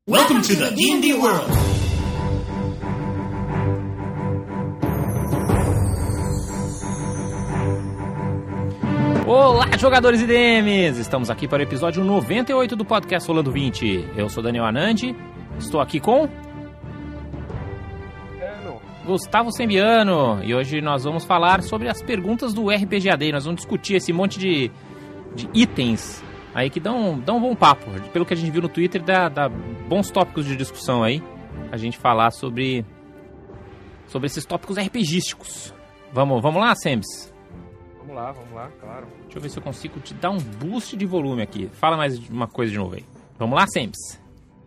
Welcome to the D&D world. Olá, jogadores e DMs! Estamos aqui para o episódio 98 do podcast Rolando 20. Eu sou Daniel Anandi, estou aqui com... Gustavo Sembiano. E hoje nós vamos falar sobre as perguntas do RPGAD. Nós vamos discutir esse monte de itens aí que dão um bom papo. Pelo que a gente viu no Twitter, dá bons tópicos de discussão aí. A gente falar sobre esses tópicos RPGísticos. Vamos lá, Sembs? Vamos lá, claro. Deixa eu ver se eu consigo te dar um boost de volume aqui. Fala mais uma coisa de novo aí. Vamos lá, Sembs?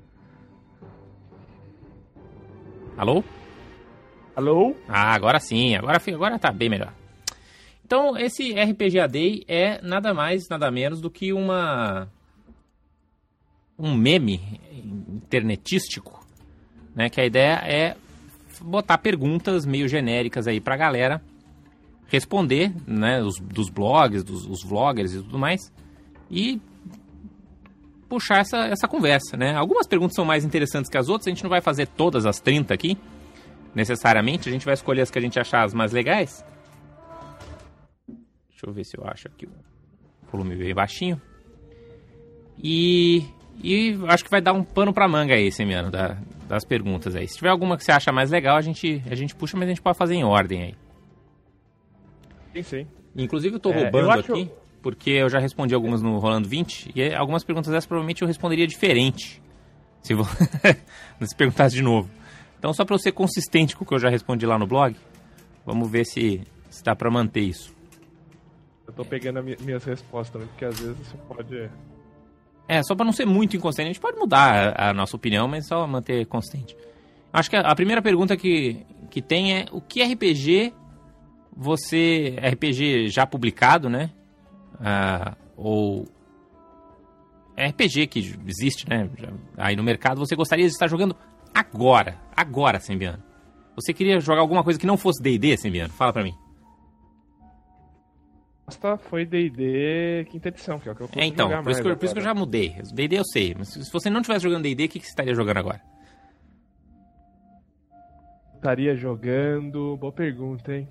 Alô? Alô? Ah, agora sim. Agora tá bem melhor. Então, esse RPGAD é nada mais, nada menos do que um meme internetístico, né? Que a ideia é botar perguntas meio genéricas aí pra galera responder, né? Dos blogs, dos vloggers e tudo mais. E puxar essa conversa, né? Algumas perguntas são mais interessantes que as outras. A gente não vai fazer todas as 30 aqui, necessariamente. A gente vai escolher as que a gente achar as mais legais. Deixa eu ver se eu acho aqui o volume bem baixinho. E acho que vai dar um pano pra manga aí, Semiano, das perguntas aí. Se tiver alguma que você acha mais legal, a gente puxa, mas a gente pode fazer em ordem aí. Sim. Inclusive eu tô roubando aqui, porque eu já respondi algumas no Rolando 20, e algumas perguntas dessas provavelmente eu responderia diferente, se perguntasse de novo. Então, só pra eu ser consistente com o que eu já respondi lá no blog, vamos ver se dá pra manter isso. Eu tô pegando minhas respostas também, porque às vezes você pode... Só pra não ser muito inconsistente. A gente pode mudar a nossa opinião, mas só manter consistente. Acho que a primeira pergunta que tem é: o que RPG já publicado, né? Ou RPG que existe, né? Aí no mercado, você gostaria de estar jogando agora, Sembiano? Você queria jogar alguma coisa que não fosse D&D, Sembiano? Fala pra mim. Foi D&D quinta edição, que é o que eu consigo Então, jogar por isso que eu já mudei. D&D eu sei, mas se você não estivesse jogando D&D, o que você estaria jogando agora? Estaria jogando... Boa pergunta, hein?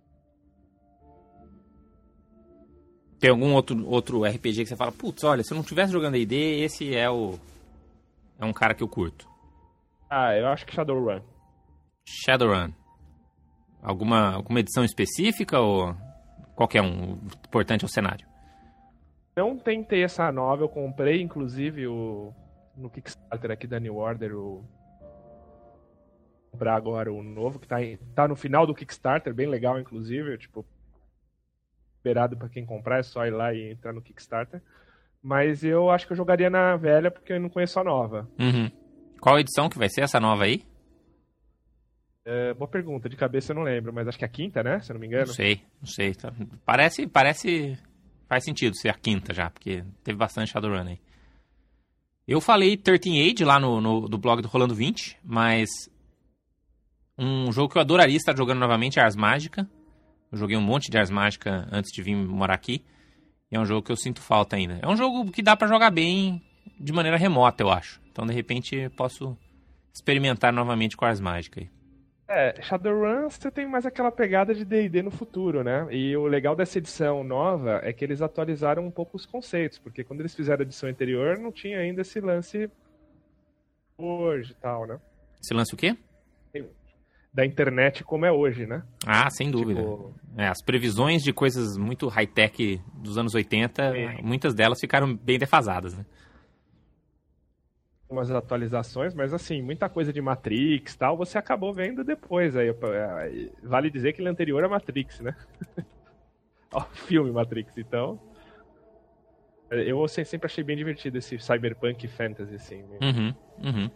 Tem algum outro RPG que você fala, putz, olha, se eu não estivesse jogando D&D, esse é um cara que eu curto? Eu acho que Shadowrun. Shadowrun. Alguma edição específica ou qualquer um? O importante é o cenário. Não tentei essa nova, eu comprei inclusive no Kickstarter aqui da New Order, comprar agora o novo, que tá no final do Kickstarter, bem legal inclusive, esperado pra quem comprar, é só ir lá e entrar no Kickstarter. Mas eu acho que eu jogaria na velha, porque eu não conheço a nova. Uhum. Qual edição que vai ser essa nova aí? Boa pergunta, de cabeça eu não lembro, mas acho que é a quinta, né? Se eu não me engano. Não sei. Tá. Parece... Faz sentido ser a quinta já, porque teve bastante Shadowrun aí. Eu falei 13 Age lá no blog do Rolando 20, mas um jogo que eu adoraria estar jogando novamente é Ars Magica. Eu joguei um monte de Ars Magica antes de vir morar aqui, e é um jogo que eu sinto falta ainda. É um jogo que dá pra jogar bem de maneira remota, eu acho. Então, de repente, posso experimentar novamente com Ars Magica aí. Shadowrun você tem mais aquela pegada de D&D no futuro, né? E o legal dessa edição nova é que eles atualizaram um pouco os conceitos, porque quando eles fizeram a edição anterior não tinha ainda esse lance hoje e tal, né? Esse lance o quê? Da internet como é hoje, né? Ah, sem dúvida. As previsões de coisas muito high-tech dos anos 80, muitas delas ficaram bem defasadas, né? Umas atualizações, mas assim, muita coisa de Matrix e tal, você acabou vendo depois. Aí, vale dizer que ele é anterior a Matrix, né? Ao filme Matrix, então. Eu sempre achei bem divertido esse cyberpunk fantasy, assim. Uhum.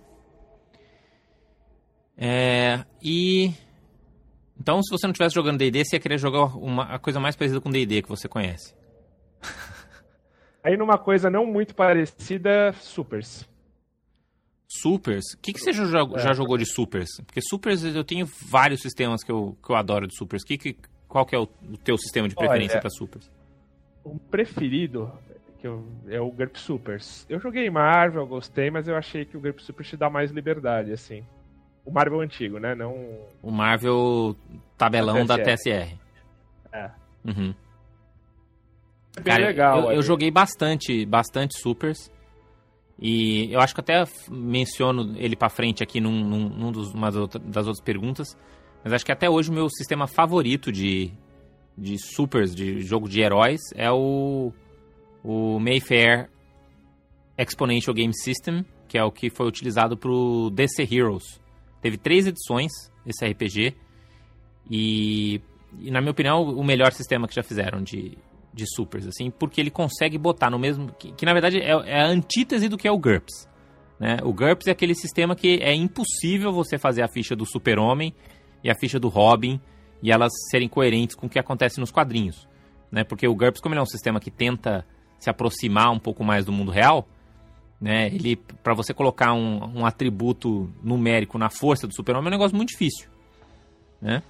Então, se você não estivesse jogando D&D, você ia querer jogar a coisa mais parecida com D&D que você conhece. Aí numa coisa não muito parecida, Supers. Supers? O que você já jogou de Supers? Porque Supers, eu tenho vários sistemas que eu adoro de Supers. Qual que é o teu sistema de preferência para Supers? O preferido é o GURP Supers. Eu joguei Marvel, gostei, mas eu achei que o GURP Super te dá mais liberdade, assim. O Marvel antigo, né? Não... O Marvel tabelão da TSR. É. Uhum. É bem Cara, legal. eu joguei bastante Supers. E eu acho que até menciono ele pra frente aqui das outras perguntas. Mas acho que até hoje o meu sistema favorito de Supers, de jogo de heróis, é o Mayfair Exponential Game System, que é o que foi utilizado pro DC Heroes. Teve 3 edições, esse RPG. E na minha opinião, o melhor sistema que já fizeram de Supers, assim, porque ele consegue botar no mesmo... Que na verdade é a antítese do que é o GURPS. Né? O GURPS é aquele sistema que é impossível você fazer a ficha do Super-Homem e a ficha do Robin e elas serem coerentes com o que acontece nos quadrinhos. Né? Porque o GURPS, como ele é um sistema que tenta se aproximar um pouco mais do mundo real, né? Ele, para você colocar um atributo numérico na força do Super-Homem é um negócio muito difícil. Né?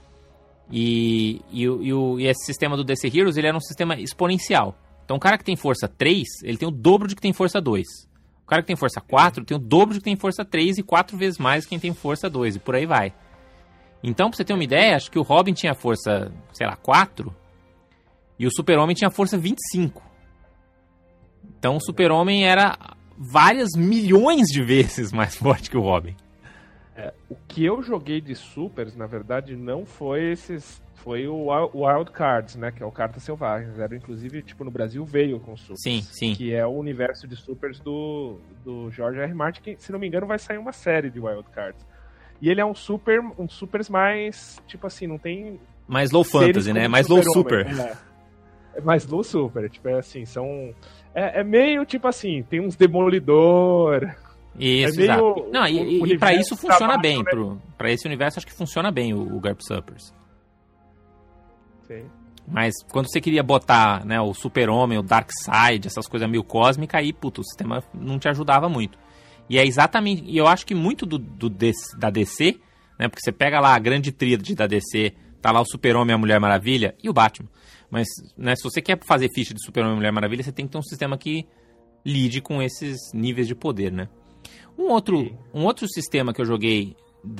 E esse sistema do DC Heroes, ele era um sistema exponencial. Então o cara que tem força 3, ele tem o dobro de que tem força 2. O cara que tem força 4 tem o dobro de que tem força 3 e 4 vezes mais quem tem força 2, e por aí vai. Então, pra você ter uma ideia, acho que o Robin tinha força, 4 e o Super-Homem tinha força 25. Então o Super-Homem era várias milhões de vezes mais forte que o Robin. O que eu joguei de Supers, na verdade, não foi esses... Foi o Wild Cards, né? Que é o Cartas Selvagens. Era, inclusive, no Brasil veio com Supers. Sim. Que é o universo de Supers do George R. Martin, que, se não me engano, vai sair uma série de Wild Cards. E ele é um Supers mais, não tem... Mais low fantasy, né? Mais low super. É mais low super. São... É meio, tem uns Demolidor... Isso, meio exato. Não, e pra isso funciona bem. Pra esse universo, acho que funciona bem o GURPS Supers. Sim. Mas quando você queria botar, né, o Super-Homem, o Darkseid, essas coisas meio cósmicas, aí, o sistema não te ajudava muito. E é exatamente... E eu acho que muito da DC, né, porque você pega lá a grande tríade da DC, tá lá o Super-Homem, a Mulher Maravilha e o Batman. Mas, né, se você quer fazer ficha de Super-Homem e Mulher Maravilha, você tem que ter um sistema que lide com esses níveis de poder, né? Um outro sistema que eu joguei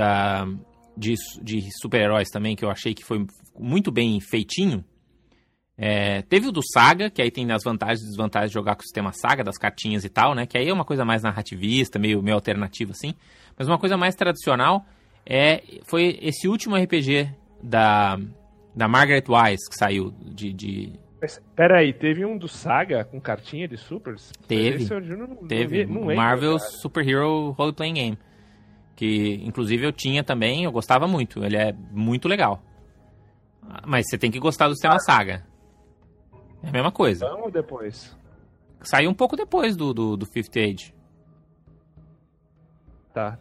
de super-heróis também, que eu achei que foi muito bem feitinho, teve o do Saga, que aí tem as vantagens e desvantagens de jogar com o sistema Saga, das cartinhas e tal, né? Que aí é uma coisa mais narrativista, meio alternativa, assim. Mas uma coisa mais tradicional foi esse último RPG da Margaret Wise, que saiu de... Peraí, teve um do Saga com cartinha de Supers? Teve. Não lembro, Marvel's cara. Super Hero Role Playing Game. Que, inclusive, eu tinha também, eu gostava muito. Ele é muito legal. Mas você tem que gostar do sistema Saga. É a mesma coisa. Então ou depois? Saiu um pouco depois do Fifth Age. Tá.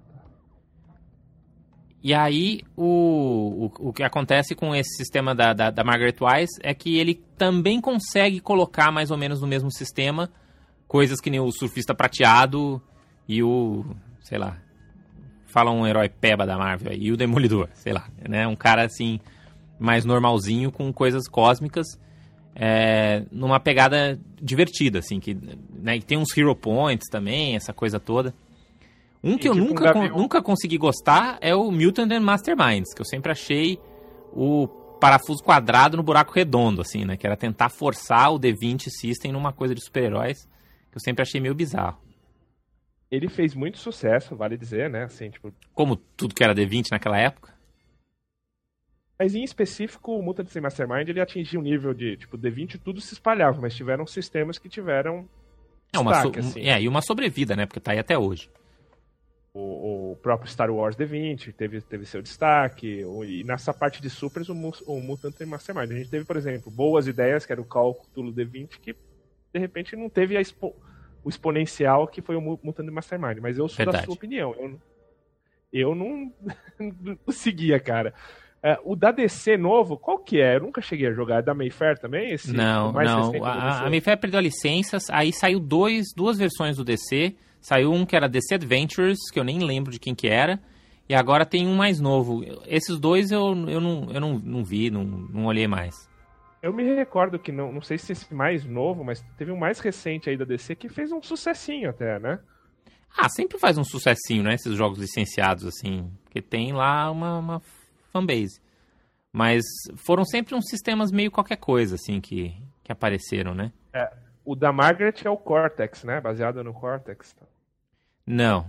E aí, o que acontece com esse sistema da Margaret Wise é que ele também consegue colocar mais ou menos no mesmo sistema coisas que nem o Surfista Prateado e o, fala um herói peba da Marvel aí, e o Demolidor, né? Um cara assim, mais normalzinho com coisas cósmicas, numa pegada divertida, assim, que, né, tem uns Hero Points também, essa coisa toda. Um que eu nunca consegui gostar é o Mutant and Masterminds, que eu sempre achei o parafuso quadrado no buraco redondo, assim, né? Que era tentar forçar o D20 System numa coisa de super-heróis, que eu sempre achei meio bizarro. Ele fez muito sucesso, vale dizer, né? Assim, Como tudo que era D20 naquela época. Mas em específico, o Mutant and Mastermind, ele atingiu um nível de, D20 tudo se espalhava, mas tiveram sistemas que tiveram destaque, assim. E uma sobrevida, né? Porque tá aí até hoje. O próprio Star Wars D20 teve seu destaque, e nessa parte de Supers o Mutant e Mastermind. A gente teve, por exemplo, boas ideias, que era o Cálculo D20, que de repente não teve o exponencial que foi o Mutant e Mastermind. Mas eu sou da sua opinião. Eu não seguia, cara. O da DC novo, qual que é? Eu nunca cheguei a jogar. É da Mayfair também? Não. A Mayfair perdeu licenças, aí saiu duas versões do DC. Saiu um que era DC Adventures, que eu nem lembro de quem que era. E agora tem um mais novo. Esses dois eu não vi, não olhei mais. Eu me recordo que, não sei se esse mais novo, mas teve um mais recente aí da DC que fez um sucessinho até, né? Ah, sempre faz um sucessinho, né? Esses jogos licenciados, assim. Porque tem lá uma fanbase. Mas foram sempre uns sistemas meio qualquer coisa, assim, que apareceram, né? O da Margaret é o Cortex, né? Baseado no Cortex. Não.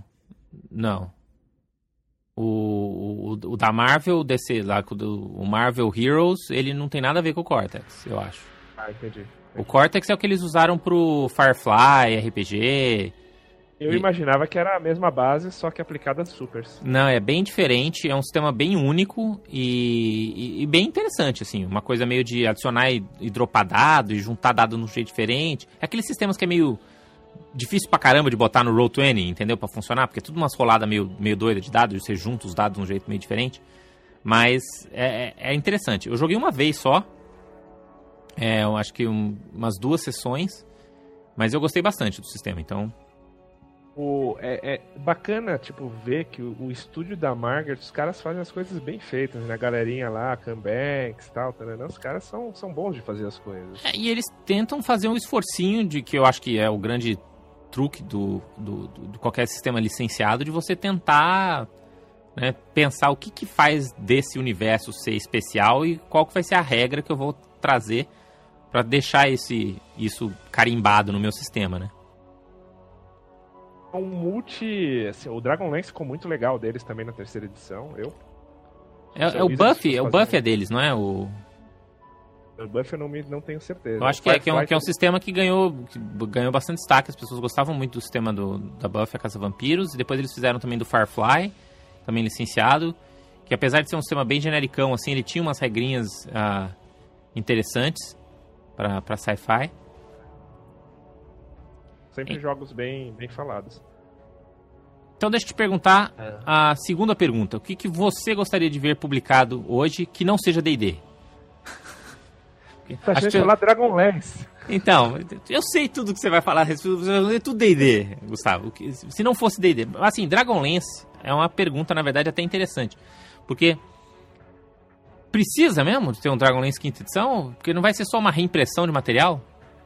O da Marvel, DC, lá, o Marvel Heroes, ele não tem nada a ver com o Cortex, eu acho. Ah, entendi. O Cortex é o que eles usaram pro Firefly, RPG. Eu imaginava que era a mesma base, só que aplicada a supers. Não, é bem diferente, é um sistema bem único e bem interessante, assim. Uma coisa meio de adicionar e dropar dado e juntar dado de um jeito diferente. É aqueles sistemas que é meio difícil pra caramba de botar no Roll20, entendeu? Pra funcionar, porque é tudo umas roladas meio doida de dados, você junta os dados de um jeito meio diferente. Mas é interessante. Eu joguei uma vez só, eu acho que umas 2 sessões, mas eu gostei bastante do sistema, então... É bacana, tipo, ver que o estúdio da Margaret, os caras fazem as coisas bem feitas, né? A galerinha lá, Canbanks e tal, tá, os caras são bons de fazer as coisas. E eles tentam fazer um esforcinho de que eu acho que é o grande truque do qualquer sistema licenciado, de você tentar, né, pensar o que faz desse universo ser especial e qual que vai ser a regra que eu vou trazer para deixar isso carimbado no meu sistema, né? Assim, o Dragonlance ficou muito legal deles também na terceira edição. O Buff é deles, não é? O Buff eu não tenho certeza. Eu acho que é um sistema que ganhou bastante destaque. As pessoas gostavam muito do sistema da Buff, a Caça Vampiros. E depois eles fizeram também do Firefly, também licenciado. Que apesar de ser um sistema bem genericão, assim, ele tinha umas regrinhas interessantes para sci-fi. Sempre jogos bem falados. Então deixa eu te perguntar a segunda pergunta. O que você gostaria de ver publicado hoje que não seja D&D? Pra gente falar Dragonlance. Então, eu sei tudo que você vai falar. É tudo D&D, Gustavo. Se não fosse D&D. Assim, Dragonlance é uma pergunta, na verdade, até interessante. Porque precisa mesmo de ter um Dragonlance quinta edição? Porque não vai ser só uma reimpressão de material?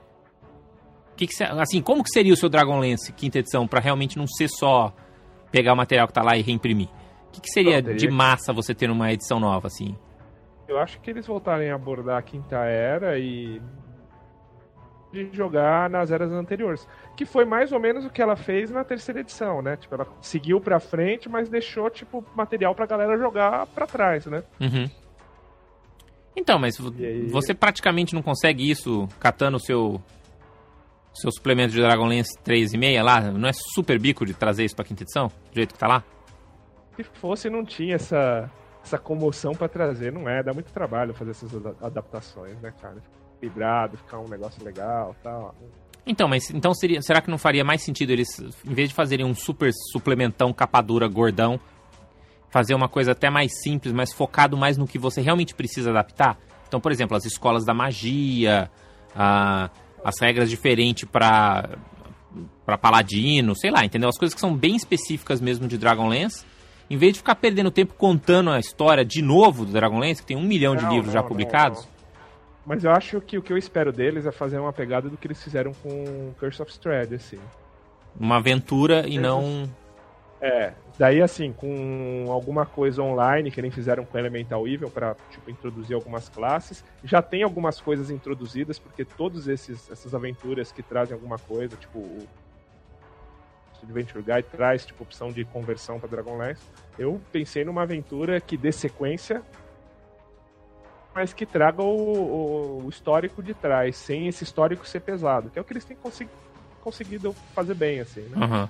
Assim, como que seria o seu Dragonlance quinta edição para realmente não ser só pegar o material que tá lá e reimprimir? O que seria de massa você ter numa edição nova, assim? Eu acho que eles voltarem a abordar a quinta era e de jogar nas eras anteriores, que foi mais ou menos o que ela fez na terceira edição, né? Tipo, ela seguiu pra frente, mas deixou, tipo, material pra galera jogar pra trás, né? Uhum. Então, mas você praticamente não consegue isso catando o seu suplemento de Dragonlance 3,5 lá? Não é super bico de trazer isso pra quinta edição? Do jeito que tá lá? Se fosse, não tinha essa comoção pra trazer, não é? Dá muito trabalho fazer essas adaptações, né, cara? Vibrado, ficar um negócio legal e tal. Então, mas será que não faria mais sentido eles, em vez de fazerem um super suplementão capa dura gordão, fazer uma coisa até mais simples, mas focado mais no que você realmente precisa adaptar? Então, por exemplo, as escolas da magia, as regras diferentes para paladino, sei lá, entendeu? As coisas que são bem específicas mesmo de Dragonlance, em vez de ficar perdendo tempo contando a história de novo do Dragonlance, que tem 1 milhão de livros já publicados. Não. Mas eu acho que o que eu espero deles é fazer uma pegada do que eles fizeram com Curse of Strahd, assim. Uma aventura e não... Daí assim, com alguma coisa online, que nem fizeram com Elemental Evil, pra, tipo, introduzir algumas classes. Já tem algumas coisas introduzidas, porque todas essas aventuras que trazem alguma coisa, tipo, o Adventure Guide traz, tipo, opção de conversão pra Dragonlance. Eu pensei numa aventura que dê sequência, mas que traga o histórico de trás, sem esse histórico ser pesado, que é o que eles têm conseguido fazer bem, assim, né? Uhum.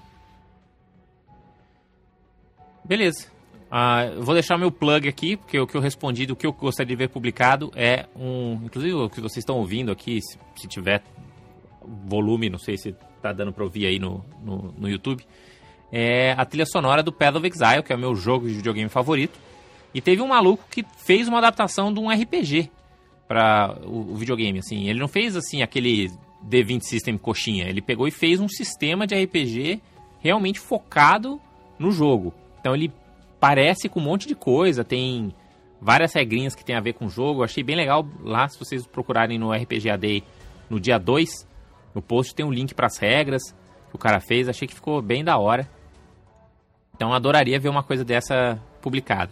Beleza. Eu vou deixar meu plug aqui, porque o que eu respondi do que eu gostaria de ver publicado é inclusive o que vocês estão ouvindo aqui, se tiver volume, não sei se tá dando pra ouvir aí no YouTube, é a trilha sonora do Path of Exile, que é o meu jogo de videogame favorito. E teve um maluco que fez uma adaptação de um RPG para o videogame, assim. Ele não fez, assim, aquele D20 System coxinha. Ele pegou e fez um sistema de RPG realmente focado no jogo. Então ele parece com um monte de coisa. Tem várias regrinhas que tem a ver com o jogo. Eu achei bem legal lá, se vocês procurarem no RPG Day no dia 2, no post tem um link para as regras que o cara fez. Achei que ficou bem da hora. Então adoraria ver uma coisa dessa publicada.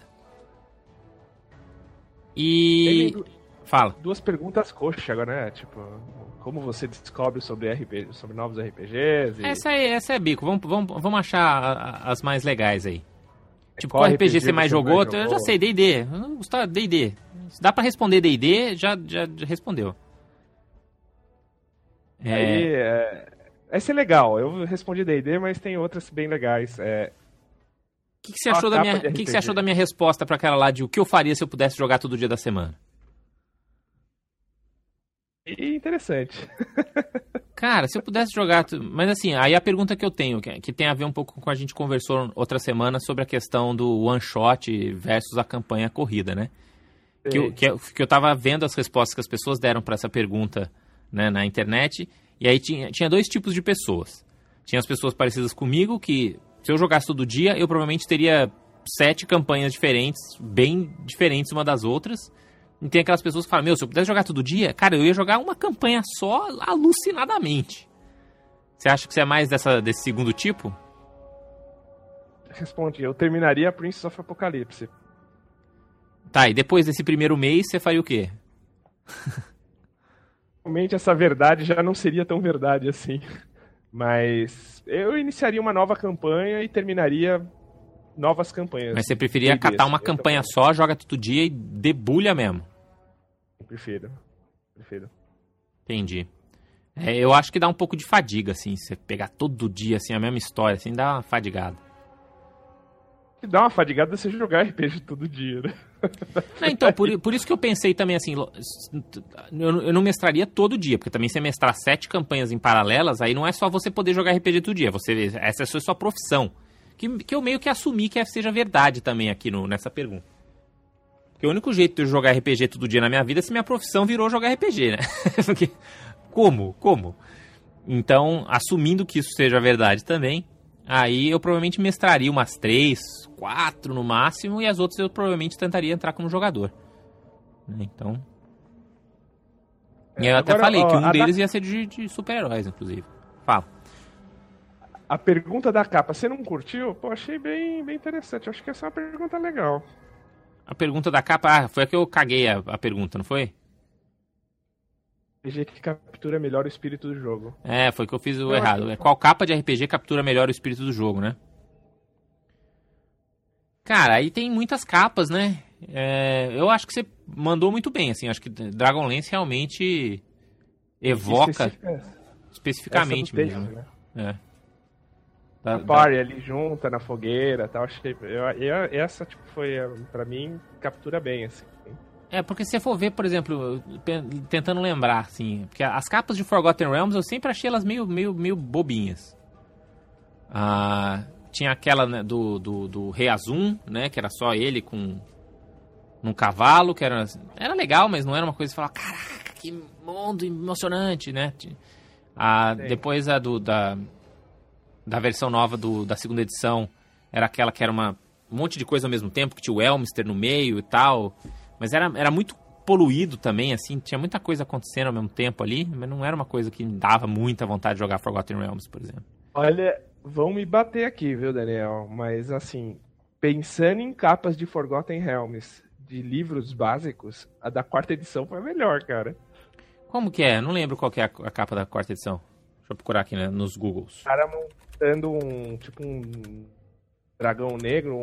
E... Fala. 2 perguntas coxa agora, né? Tipo, como você descobre sobre RPG, sobre novos RPGs? E... Essa é bico. Vamos achar as mais legais aí. Tipo, Qual qual RPG você mais jogou? Eu já sei, D&D. Gustavo, D&D. Se dá pra responder D&D, já respondeu. Essa é legal. Eu respondi D&D, mas tem outras bem legais. O que você achou da minha resposta pra aquela lá de o que eu faria se eu pudesse jogar todo dia da semana? Interessante. Cara, se eu pudesse jogar... Mas assim, aí a pergunta que eu tenho, que tem a ver um pouco com a gente conversou outra semana sobre a questão do one-shot versus a campanha corrida, né? Que eu tava vendo as respostas que as pessoas deram pra essa pergunta, né, na internet, e aí tinha 2 tipos de pessoas. Tinha as pessoas parecidas comigo, que se eu jogasse todo dia, eu provavelmente teria 7 campanhas diferentes, bem diferentes uma das outras. E tem aquelas pessoas que falam, se eu pudesse jogar todo dia, cara, eu ia jogar uma campanha só alucinadamente. Você acha que você é mais desse segundo tipo? Responde, eu terminaria Prince of Apocalypse. Tá, e depois desse primeiro mês, você faria o quê? Realmente essa verdade já não seria tão verdade assim. Mas eu iniciaria uma nova campanha e terminaria novas campanhas. Mas você preferia catar uma campanha só, joga todo dia e debulha mesmo? Eu prefiro. Entendi. Eu acho que dá um pouco de fadiga, assim, você pegar todo dia, assim, a mesma história, assim, dá uma fadigada. Que dá uma fadigada você jogar RPG todo dia, né? Não, então, por isso que eu pensei também, assim, eu não mestraria todo dia, porque também você mestrar 7 campanhas em paralelas, aí não é só você poder jogar RPG todo dia, essa é a sua profissão. Que eu meio que assumi que seja verdade também aqui nessa pergunta. Porque o único jeito de eu jogar RPG todo dia na minha vida é se minha profissão virou jogar RPG, né? Porque, como? Então, assumindo que isso seja verdade também, aí eu provavelmente mestraria umas 3, 4 no máximo, e as outras eu provavelmente tentaria entrar como jogador. Então... E eu até falei que um deles ia ser de super-heróis, inclusive. Fala. A pergunta da capa, você não curtiu? Pô, achei bem interessante. Acho que essa é uma pergunta legal. A pergunta da capa, foi a que eu caguei a pergunta, não foi? RPG que captura melhor o espírito do jogo. Foi que eu fiz o errado. Qual capa de RPG captura melhor o espírito do jogo, né? Cara, aí tem muitas capas, né? Eu acho que você mandou muito bem, assim. Acho que Dragonlance realmente evoca especificamente texto, mesmo. Né? A party ali junta na fogueira, tal. Achei, essa tipo foi pra mim captura bem, assim. Porque se você for ver, por exemplo, tentando lembrar, assim, porque as capas de Forgotten Realms eu sempre achei elas meio bobinhas. Tinha aquela, né, do Rei Azum, né, que era só ele com num cavalo, que era legal, mas não era uma coisa que você falava, caraca, que mundo emocionante, né? Depois da versão nova da segunda edição, era aquela que era um monte de coisa ao mesmo tempo, que tinha o Elminster no meio e tal, mas era muito poluído também, assim, tinha muita coisa acontecendo ao mesmo tempo ali, mas não era uma coisa que dava muita vontade de jogar Forgotten Realms, por exemplo. Olha, vão me bater aqui, viu, Daniel? Mas, assim, pensando em capas de Forgotten Realms, de livros básicos, a da 4ª edição foi a melhor, cara. Como que é? Não lembro qual que é a capa da 4ª edição. Deixa eu procurar aqui, né, nos Googles. O cara montando um dragão negro,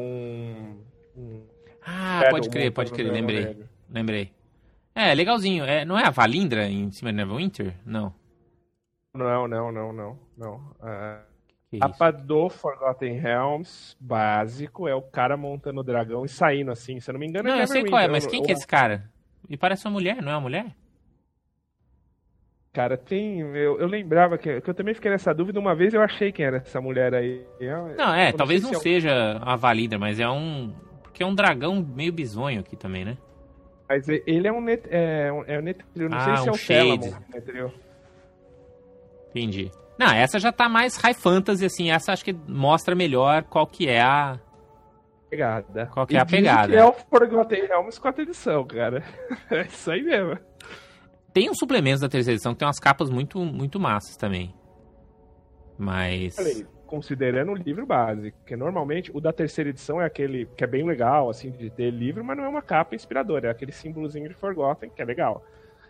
pode crer, lembrei. Legalzinho. Não é a Valindra em cima de Neverwinter? Não. Não. A capa do Forgotten Realms básico é o cara montando o dragão e saindo assim, se eu não me engano. Não, eu sei qual é, mas quem que é esse cara? Me parece uma mulher, não é uma mulher? Cara, eu lembrava que eu também fiquei nessa dúvida. Uma vez eu achei quem era essa mulher aí. Não, talvez não seja a Valindra, mas porque é um dragão meio bizonho aqui também, né? Mas ele é um Nethril, não sei se é o Shade. Nethril. Entendi. Não, essa já tá mais high fantasy, assim, essa acho que mostra melhor qual que é Pegada. Qual que é a dizem pegada? Que é o Forgotten Realms 4ª edição, cara. É isso aí mesmo. Tem uns suplementos da 3ª edição que tem umas capas muito, muito massas também. Mas... Falei, considerando o livro base, porque normalmente o da 3ª edição é aquele que é bem legal, assim, de ter livro, mas não é uma capa inspiradora, é aquele símbolozinho de Forgotten, que é legal.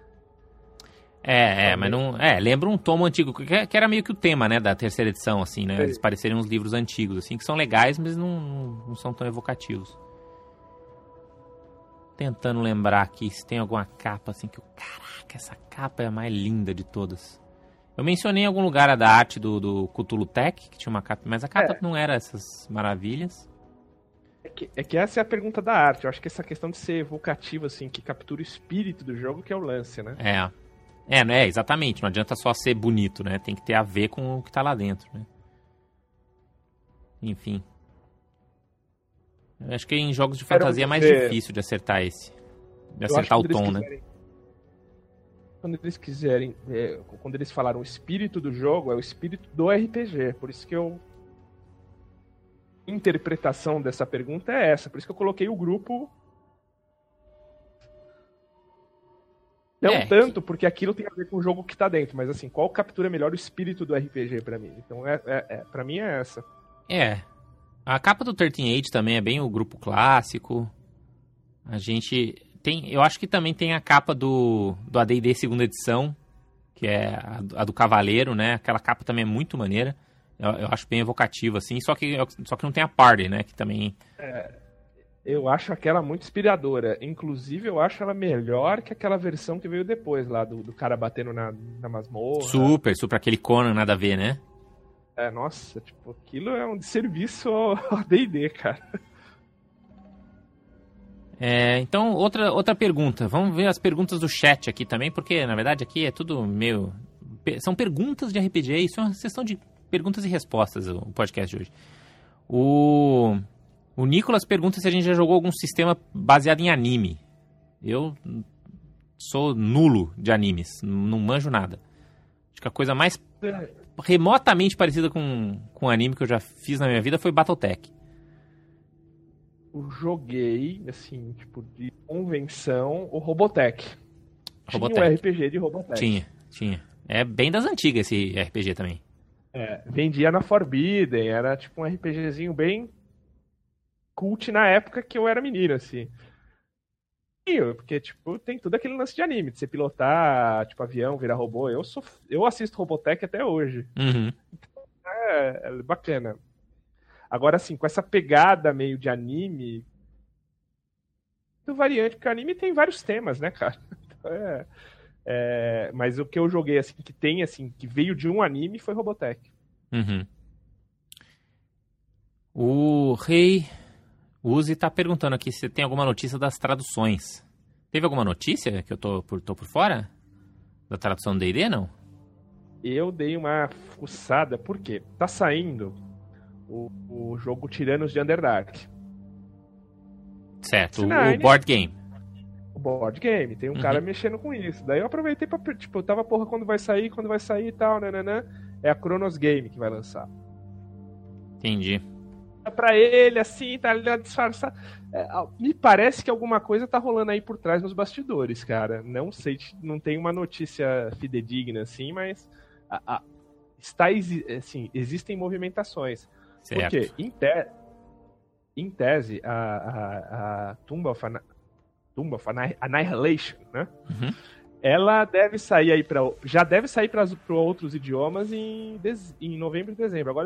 Mas não... lembra um tomo antigo, que era meio que o tema, né, da 3ª edição, assim, né? Eles parecerem uns livros antigos, assim, que são legais, mas não são tão evocativos. Tentando lembrar aqui se tem alguma capa, assim, que caraca, essa capa é a mais linda de todas. Eu mencionei em algum lugar a da arte do Cthulhu Tech, que tinha uma capa, mas a capa não era essas maravilhas. É que essa é a pergunta da arte. Eu acho que essa questão de ser evocativo, assim, que captura o espírito do jogo, que é o lance, né? Exatamente. Não adianta só ser bonito, né? Tem que ter a ver com o que tá lá dentro, né? Enfim. Eu acho que em jogos de fantasia é mais difícil de acertar esse. De acertar o tom, né? Quando eles falaram o espírito do jogo, é o espírito do RPG. Por isso que a interpretação dessa pergunta é essa. Por isso que eu coloquei o grupo. Não tanto porque aquilo tem a ver com o jogo que tá dentro, mas assim, qual captura melhor o espírito do RPG pra mim? Então, pra mim é essa. A capa do 13 Age também é bem o grupo clássico. A gente tem... Eu acho que também tem a capa do AD&D 2ª edição, que é a do Cavaleiro, né? Aquela capa também é muito maneira. Eu acho bem evocativa, assim. Só que não tem a Party, né? Que também... Eu acho aquela muito inspiradora. Inclusive, eu acho ela melhor que aquela versão que veio depois, lá, do cara batendo na masmorra. Super, aquele Conan nada a ver, né? Nossa, tipo, aquilo é um desserviço ao D&D, cara. Então, outra pergunta. Vamos ver as perguntas do chat aqui também, porque, na verdade, aqui é tudo meio... São perguntas de RPG, isso é uma sessão de perguntas e respostas, o podcast de hoje. O Nicolas pergunta se a gente já jogou algum sistema baseado em anime. Eu sou nulo de animes, não manjo nada. Acho que a coisa mais remotamente parecida com anime que eu já fiz na minha vida foi Battletech. Eu joguei, assim, tipo, de convenção, o Robotech. Tinha um RPG de Robotech. Tinha. É bem das antigas esse RPG também. Vendia na Forbidden, era tipo um RPGzinho bem cult na época que eu era menino, assim. Porque, tipo, tem tudo aquele lance de anime, de você pilotar, tipo, avião, virar robô. Eu assisto Robotech até hoje. Uhum. Então, é bacana. Agora, assim, com essa pegada meio de anime, muito variante, porque o anime tem vários temas, né, cara? Então, mas o que eu joguei, assim, que tem, assim, que veio de um anime foi Robotech. Uhum. O Rei Uzi tá perguntando aqui se tem alguma notícia das traduções. Teve alguma notícia que eu tô por fora? Da tradução do D&D, não? Eu dei uma fuçada, por quê? Tá saindo o jogo Tiranos de Underdark. Certo, o board game. O board game, tem um cara mexendo com isso. Daí eu aproveitei pra, tipo, eu tava, quando vai sair e tal, nananã. É a Chronos Game que vai lançar. Entendi. Pra ele, assim, tá ali disfarçado. Me parece que alguma coisa tá rolando aí por trás nos bastidores, cara. Não sei, não tem uma notícia fidedigna, assim, mas assim, existem movimentações. Certo. Porque, em tese, a Tomb of Annihilation, né? Uhum. Ela deve sair aí já deve sair para outros idiomas em novembro e dezembro. Agora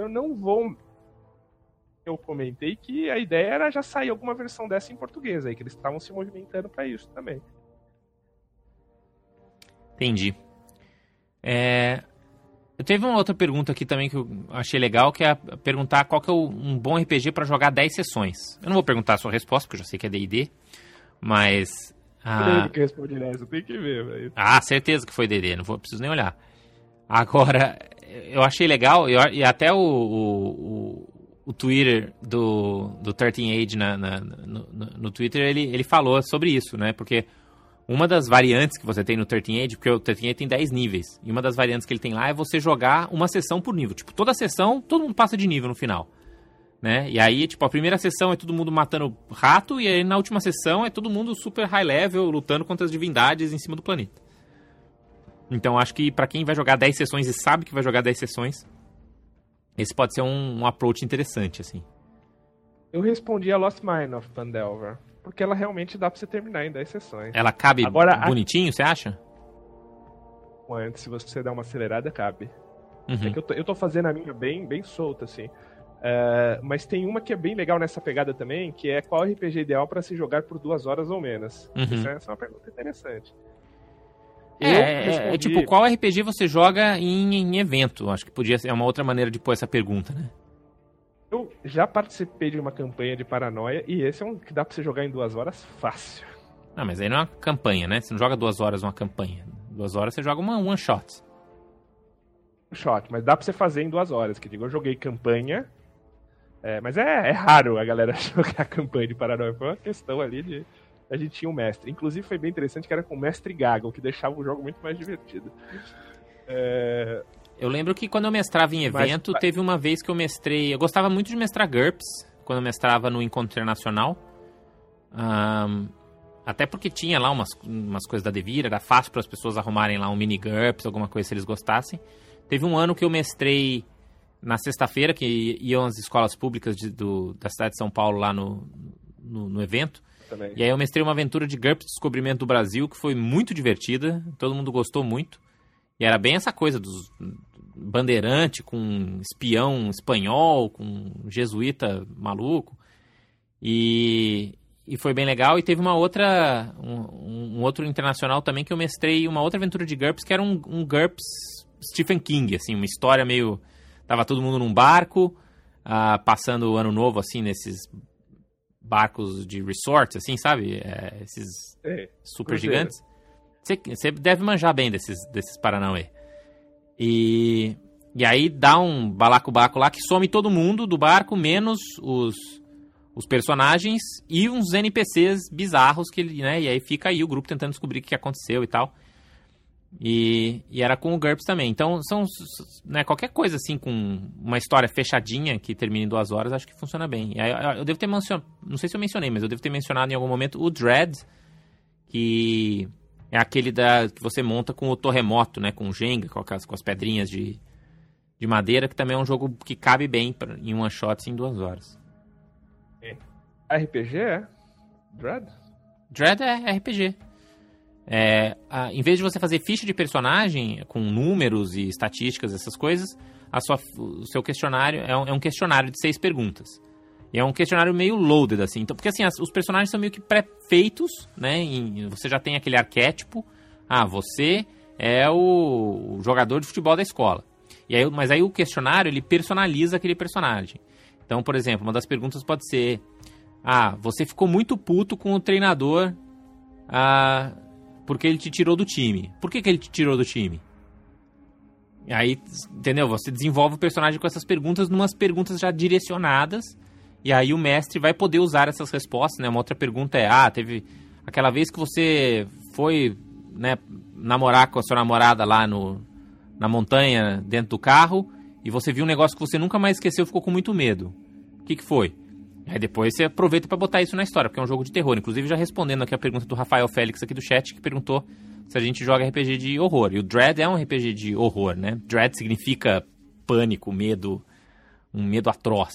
eu comentei que a ideia era já sair alguma versão dessa em português aí, que eles estavam se movimentando para isso também. Entendi. Eu teve uma outra pergunta aqui também que eu achei legal, que é perguntar qual que é um bom RPG para jogar 10 sessões. Eu não vou perguntar a sua resposta, porque eu já sei que é D&D, mas... Ele que responde nessa, tem que ver, velho. Certeza que foi D&D, preciso nem olhar. Agora, eu achei legal, e até o Twitter do 13 Age no Twitter, ele falou sobre isso, né? Porque uma das variantes que você tem no 13 Age, porque o 13 Age tem 10 níveis, e uma das variantes que ele tem lá é você jogar uma sessão por nível. Tipo, toda sessão, todo mundo passa de nível no final. né? E aí, tipo, a primeira sessão é todo mundo matando rato, e aí na última sessão é todo mundo super high level, lutando contra as divindades em cima do planeta. Então acho que pra quem vai jogar 10 sessões e sabe que vai jogar 10 sessões, esse pode ser um approach interessante, assim. Eu respondi a Lost Mine of Pandelver, porque ela realmente dá pra você terminar em 10 sessões. Ela cabe Agora, bonitinho, você acha? Antes, se você dar uma acelerada, cabe. Uhum. É que eu tô fazendo a minha bem solta, assim. Mas tem uma que é bem legal nessa pegada também, que é qual RPG ideal pra se jogar por 2 horas ou menos. Uhum. Essa é uma pergunta interessante. É tipo, qual RPG você joga em evento? Acho que podia ser uma outra maneira de pôr essa pergunta, né? Eu já participei de uma campanha de Paranoia, e esse é um que dá pra você jogar em 2 horas fácil. Ah, mas aí não é uma campanha, né? Você não joga 2 horas uma campanha. 2 horas você joga uma one shot. Mas dá pra você fazer em 2 horas. Que digo, eu joguei campanha, mas é raro a galera jogar campanha de Paranoia. Foi uma questão ali de... A gente tinha um mestre. Inclusive foi bem interessante que era com o mestre Gaga, o que deixava o jogo muito mais divertido. Eu lembro que quando eu mestrava em evento, teve uma vez que eu mestrei... Eu gostava muito de mestrar GURPS, quando eu mestrava no Encontro Internacional. Até porque tinha lá umas coisas da Devir, era fácil para as pessoas arrumarem lá um mini GURPS, alguma coisa se eles gostassem. Teve um ano que eu mestrei na sexta-feira, que iam as escolas públicas da cidade de São Paulo lá no evento. Também. E aí eu mestrei uma aventura de GURPS Descobrimento do Brasil, que foi muito divertida, todo mundo gostou muito. E era bem essa coisa dos bandeirante com espião espanhol, com jesuíta maluco. E foi bem legal. E teve uma outra, um outro internacional também que eu mestrei, uma outra aventura de GURPS, que era um GURPS Stephen King, assim, uma história meio... Tava todo mundo num barco, passando o ano novo, assim, nesses barcos de resort, assim, sabe? Esses super gigantes. Você deve manjar bem desses Paranauê. E aí dá um balacobaco lá que some todo mundo do barco, menos os personagens e uns NPCs bizarros que ele, né? E aí fica aí o grupo tentando descobrir o que aconteceu e tal. E era com o GURPS também. Então, né, qualquer coisa assim com uma história fechadinha que termine em 2 horas, acho que funciona bem. E aí, eu devo ter mencionado, não sei se eu mencionei, mas eu devo ter mencionado em algum momento o Dread, que é aquele que você monta com o terremoto, né, com o Jenga, com as pedrinhas de madeira, que também é um jogo que cabe bem em one shot em 2 horas. RPG é? Dread? Dread é RPG. Em vez de você fazer ficha de personagem com números e estatísticas, essas coisas, o seu questionário é um questionário de 6 perguntas. E é um questionário meio loaded, assim. Então, porque assim, os personagens são meio que pré-feitos, né? Você já tem aquele arquétipo. Você é o jogador de futebol da escola. Mas aí o questionário, ele personaliza aquele personagem. Então, por exemplo, uma das perguntas pode ser... você ficou muito puto com o treinador... porque ele te tirou do time. Por que ele te tirou do time? E aí, entendeu? Você desenvolve o personagem com essas perguntas, numas perguntas já direcionadas, e aí o mestre vai poder usar essas respostas, né? Uma outra pergunta é, teve aquela vez que você foi, né, namorar com a sua namorada lá na montanha, dentro do carro, e você viu um negócio que você nunca mais esqueceu e ficou com muito medo. O que foi? Aí depois você aproveita para botar isso na história, porque é um jogo de terror. Inclusive, já respondendo aqui a pergunta do Rafael Félix aqui do chat, que perguntou se a gente joga RPG de horror. E o Dread é um RPG de horror, né? Dread significa pânico, medo, um medo atroz.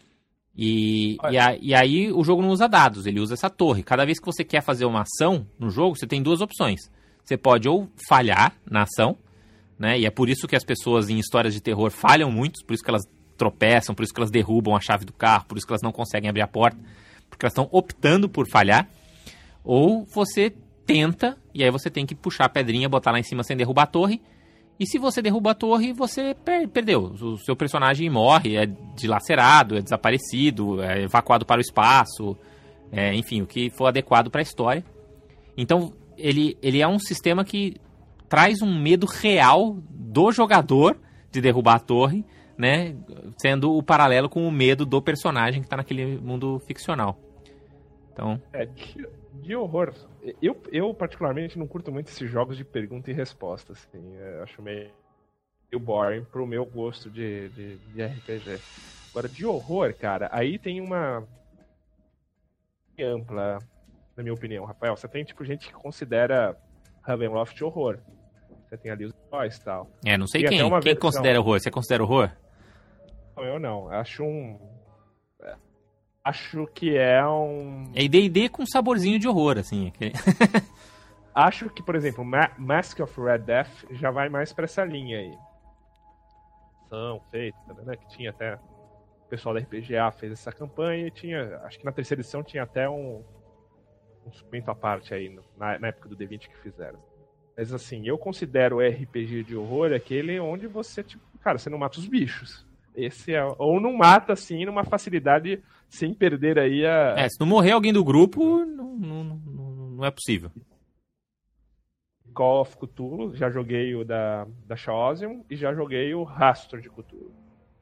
E aí o jogo não usa dados, ele usa essa torre. Cada vez que você quer fazer uma ação no jogo, você tem 2 opções. Você pode ou falhar na ação, né? E é por isso que as pessoas em histórias de terror falham muito, por isso que elas tropeçam, por isso que elas derrubam a chave do carro, por isso que elas não conseguem abrir a porta, porque elas estão optando por falhar. Ou você tenta, e aí você tem que puxar a pedrinha, botar lá em cima sem derrubar a torre, e se você derruba a torre, você perdeu. O seu personagem morre, é dilacerado, é desaparecido, é evacuado para o espaço, enfim, o que for adequado para a história. Então, ele é um sistema que traz um medo real do jogador de derrubar a torre, né, sendo o paralelo com o medo do personagem que está naquele mundo ficcional. Então... de horror. Eu particularmente não curto muito esses jogos de pergunta e resposta, assim. Acho meio boring pro meu gosto de RPG. Agora, de horror, cara, aí tem uma ampla, na minha opinião, Rafael. Você tem, tipo, gente que considera Ravenloft horror. Você tem ali os heróis e tal. Não sei Tem quem. Quem considera horror? Você considera horror? Não, eu não. Acho que é um... É D&D com saborzinho de horror, assim. Acho que, por exemplo, Mask of Red Death já vai mais pra essa linha aí. Feita, né? Que tinha até... O pessoal da RPGA fez essa campanha e tinha... Acho que na terceira edição tinha até um suplemento à parte aí, na época do D20 que fizeram. Mas assim, eu considero o RPG de horror aquele onde você, tipo, cara, você não mata os bichos. Esse é... Ou não mata, assim, numa facilidade sem perder aí a... se não morrer alguém do grupo, não é possível. Call of Cthulhu, já joguei o da Chaosium e já joguei o Rastro de Cthulhu.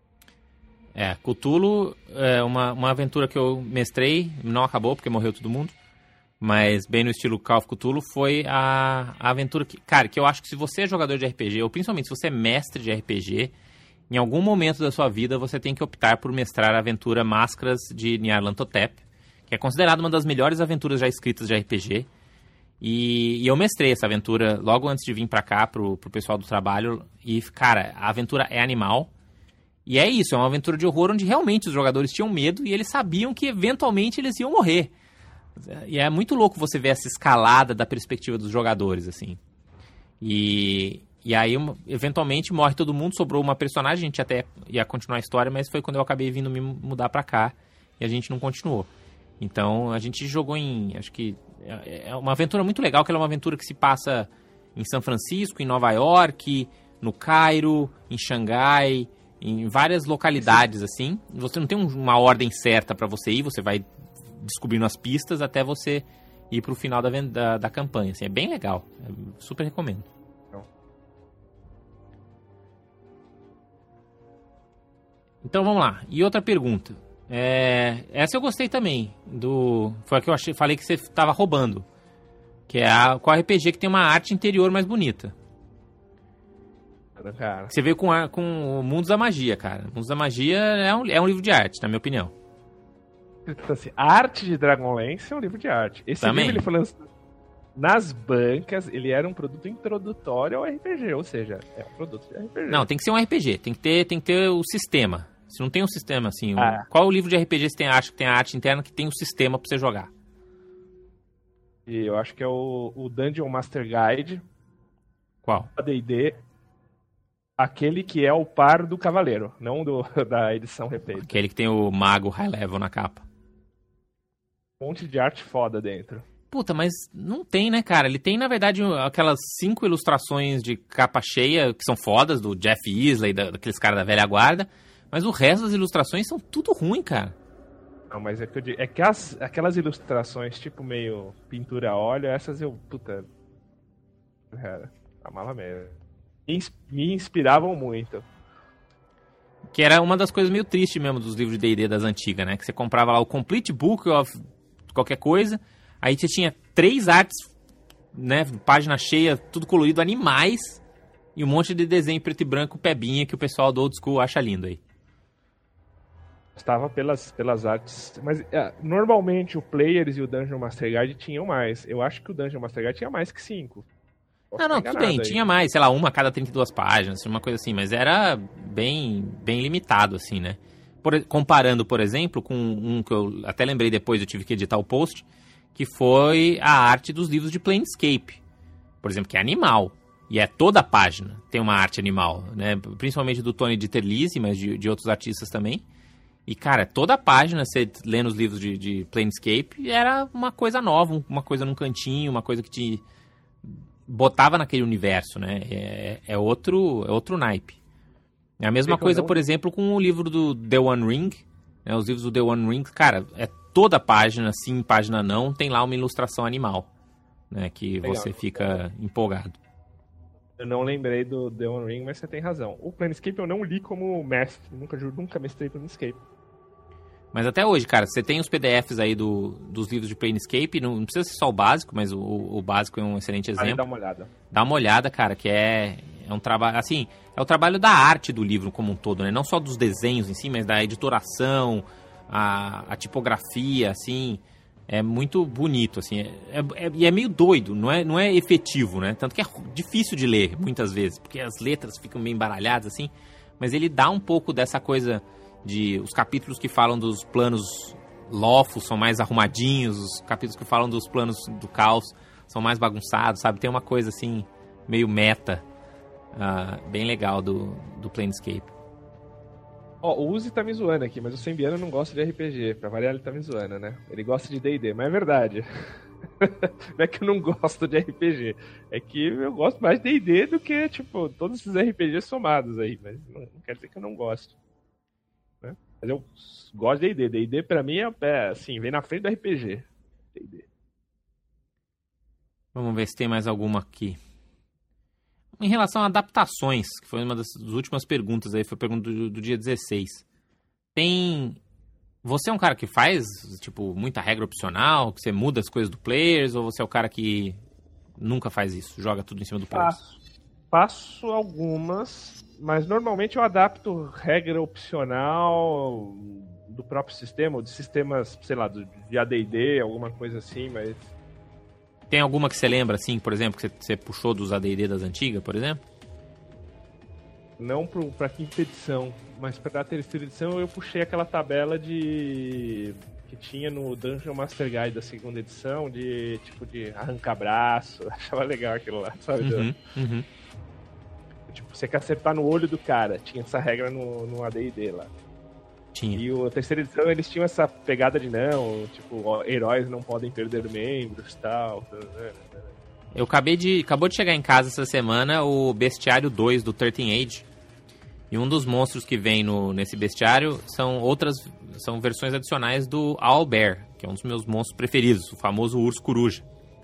Cthulhu é uma aventura que eu mestrei, não acabou porque morreu todo mundo, mas bem no estilo Call of Cthulhu foi a aventura que, cara, que eu acho que se você é jogador de RPG, ou principalmente se você é mestre de RPG, em algum momento da sua vida você tem que optar por mestrar a aventura Máscaras de Nyarlathotep, que é considerada uma das melhores aventuras já escritas de RPG. E eu mestrei essa aventura logo antes de vir pra cá, pro pessoal do trabalho. E, cara, a aventura é animal. E é isso, é uma aventura de horror onde realmente os jogadores tinham medo e eles sabiam que eventualmente eles iam morrer. E é muito louco você ver essa escalada da perspectiva dos jogadores, assim. E aí, eventualmente, morre todo mundo, sobrou uma personagem, a gente até ia continuar a história, mas foi quando eu acabei vindo me mudar pra cá e a gente não continuou. Então, a gente jogou acho que é uma aventura muito legal, que ela é uma aventura que se passa em São Francisco, em Nova York, no Cairo, em Xangai, em várias localidades, assim. Você não tem uma ordem certa pra você ir, você vai descobrindo as pistas até você ir pro final da campanha, assim. É bem legal, super recomendo. Então, vamos lá. E outra pergunta. Essa eu gostei também. Foi a que eu falei que você estava roubando. Que é qual RPG que tem uma arte interior mais bonita. Cara. Você veio com o Mundos da Magia, cara. Mundos da Magia é um livro de arte, na minha opinião. Então, assim, a arte de Dragonlance é um livro de arte. Esse também. livro ele foi lançado nas bancas, ele era um produto introdutório ao RPG, ou seja, é um produto de RPG. Não, tem que ser um RPG, tem que ter o sistema. Se não tem um sistema assim, qual o livro de RPG você acha que tem a arte interna que tem o sistema pra você jogar? E eu acho que é o Dungeon Master Guide. Qual? A D&D. Aquele que é o par do Cavaleiro, não da edição refeita. Aquele que tem o mago high level na capa. Um monte de arte foda dentro. Puta, mas não tem, né, cara? Ele tem, na verdade, aquelas 5 ilustrações de capa cheia, que são fodas, do Jeff Isley, daqueles caras da velha guarda. Mas o resto das ilustrações são tudo ruim, cara. Não, mas é que eu digo, aquelas ilustrações, tipo, meio pintura a óleo, essas eu, puta... Cara, amava mesmo. Me inspiravam muito. Que era uma das coisas meio tristes mesmo dos livros de D&D das antigas, né? Que você comprava lá o Complete Book of qualquer coisa, aí você tinha 3 artes, né? Página cheia, tudo colorido, animais, e um monte de desenho preto e branco, pebinha, que o pessoal do old school acha lindo aí. Estava pelas artes, mas normalmente o Players e o Dungeon Master Guide tinham mais. Eu acho que o Dungeon Master Guide tinha mais que 5. Não, tudo bem, tinha mais, sei lá, uma a cada 32 páginas, uma coisa assim, mas era bem limitado, assim, né? Comparando, por exemplo, com um que eu até lembrei depois, eu tive que editar o post, que foi a arte dos livros de Planescape, por exemplo, que é animal, e é toda a página tem uma arte animal, né? Principalmente do Tony Dieterlise, mas de outros artistas também. E, cara, toda a página, você lendo os livros de Planescape, era uma coisa nova, uma coisa num cantinho, uma coisa que te botava naquele universo, né? É outro naipe. É a mesma coisa, por exemplo, com o livro do The One Ring, né? Os livros do The One Ring, cara, é toda a página, sim, página não, tem lá uma ilustração animal, né? Que legal, você fica empolgado. Eu não lembrei do The One Ring, mas você tem razão. O Planescape eu não li como mestre, nunca mestrei Planescape. Mas até hoje, cara, você tem os PDFs aí dos livros de Planescape, não precisa ser só o básico, mas o básico é um excelente exemplo. Dá uma olhada. Dá uma olhada, cara, que é É um trabalho, assim, é o trabalho da arte do livro como um todo, né? Não só dos desenhos em si, mas da editoração, a tipografia, assim, é muito bonito, assim, e é meio doido, não é efetivo, né? Tanto que é difícil de ler, muitas vezes, porque as letras ficam meio embaralhadas, assim, mas ele dá um pouco dessa coisa de... Os capítulos que falam dos planos lofos são mais arrumadinhos, os capítulos que falam dos planos do caos são mais bagunçados, sabe? Tem uma coisa, assim, meio meta, bem legal do Planescape. O Uzi tá me zoando aqui, mas o Sembiano não gosta de RPG. Pra variar, ele tá me zoando, né? Ele gosta de D&D, mas é verdade. Não é que eu não gosto de RPG. É que eu gosto mais de D&D do que, tipo, todos esses RPGs somados aí. Mas não quer dizer que eu não gosto. Né? Mas eu gosto de D&D. D&D pra mim assim, vem na frente do RPG. D&D. Vamos ver se tem mais alguma aqui. Em relação a adaptações, que foi uma das últimas perguntas aí, foi a pergunta do dia 16. Você é um cara que faz, tipo, muita regra opcional, que você muda as coisas do players, ou você é o cara que nunca faz isso, joga tudo em cima do players? Faço algumas, mas normalmente eu adapto regra opcional do próprio sistema, ou de sistemas, sei lá, de AD&D, alguma coisa assim, mas... Tem alguma que você lembra, assim, por exemplo, que você puxou dos AD&D das antigas, por exemplo? Não pra quinta edição, mas pra terceira edição eu puxei aquela tabela que tinha no Dungeon Master Guide da segunda edição, de arrancar braço, achava legal aquilo lá, sabe? Uhum. Tipo, você quer acertar no olho do cara, tinha essa regra no AD&D lá. Tinha. E a terceira edição eles tinham essa pegada de heróis não podem perder membros e tal. Acabou de chegar em casa essa semana o Bestiário 2 do 13 Age. E um dos monstros que vem nesse bestiário são versões adicionais do Owlbear, que é um dos meus monstros preferidos, o famoso urso coruja.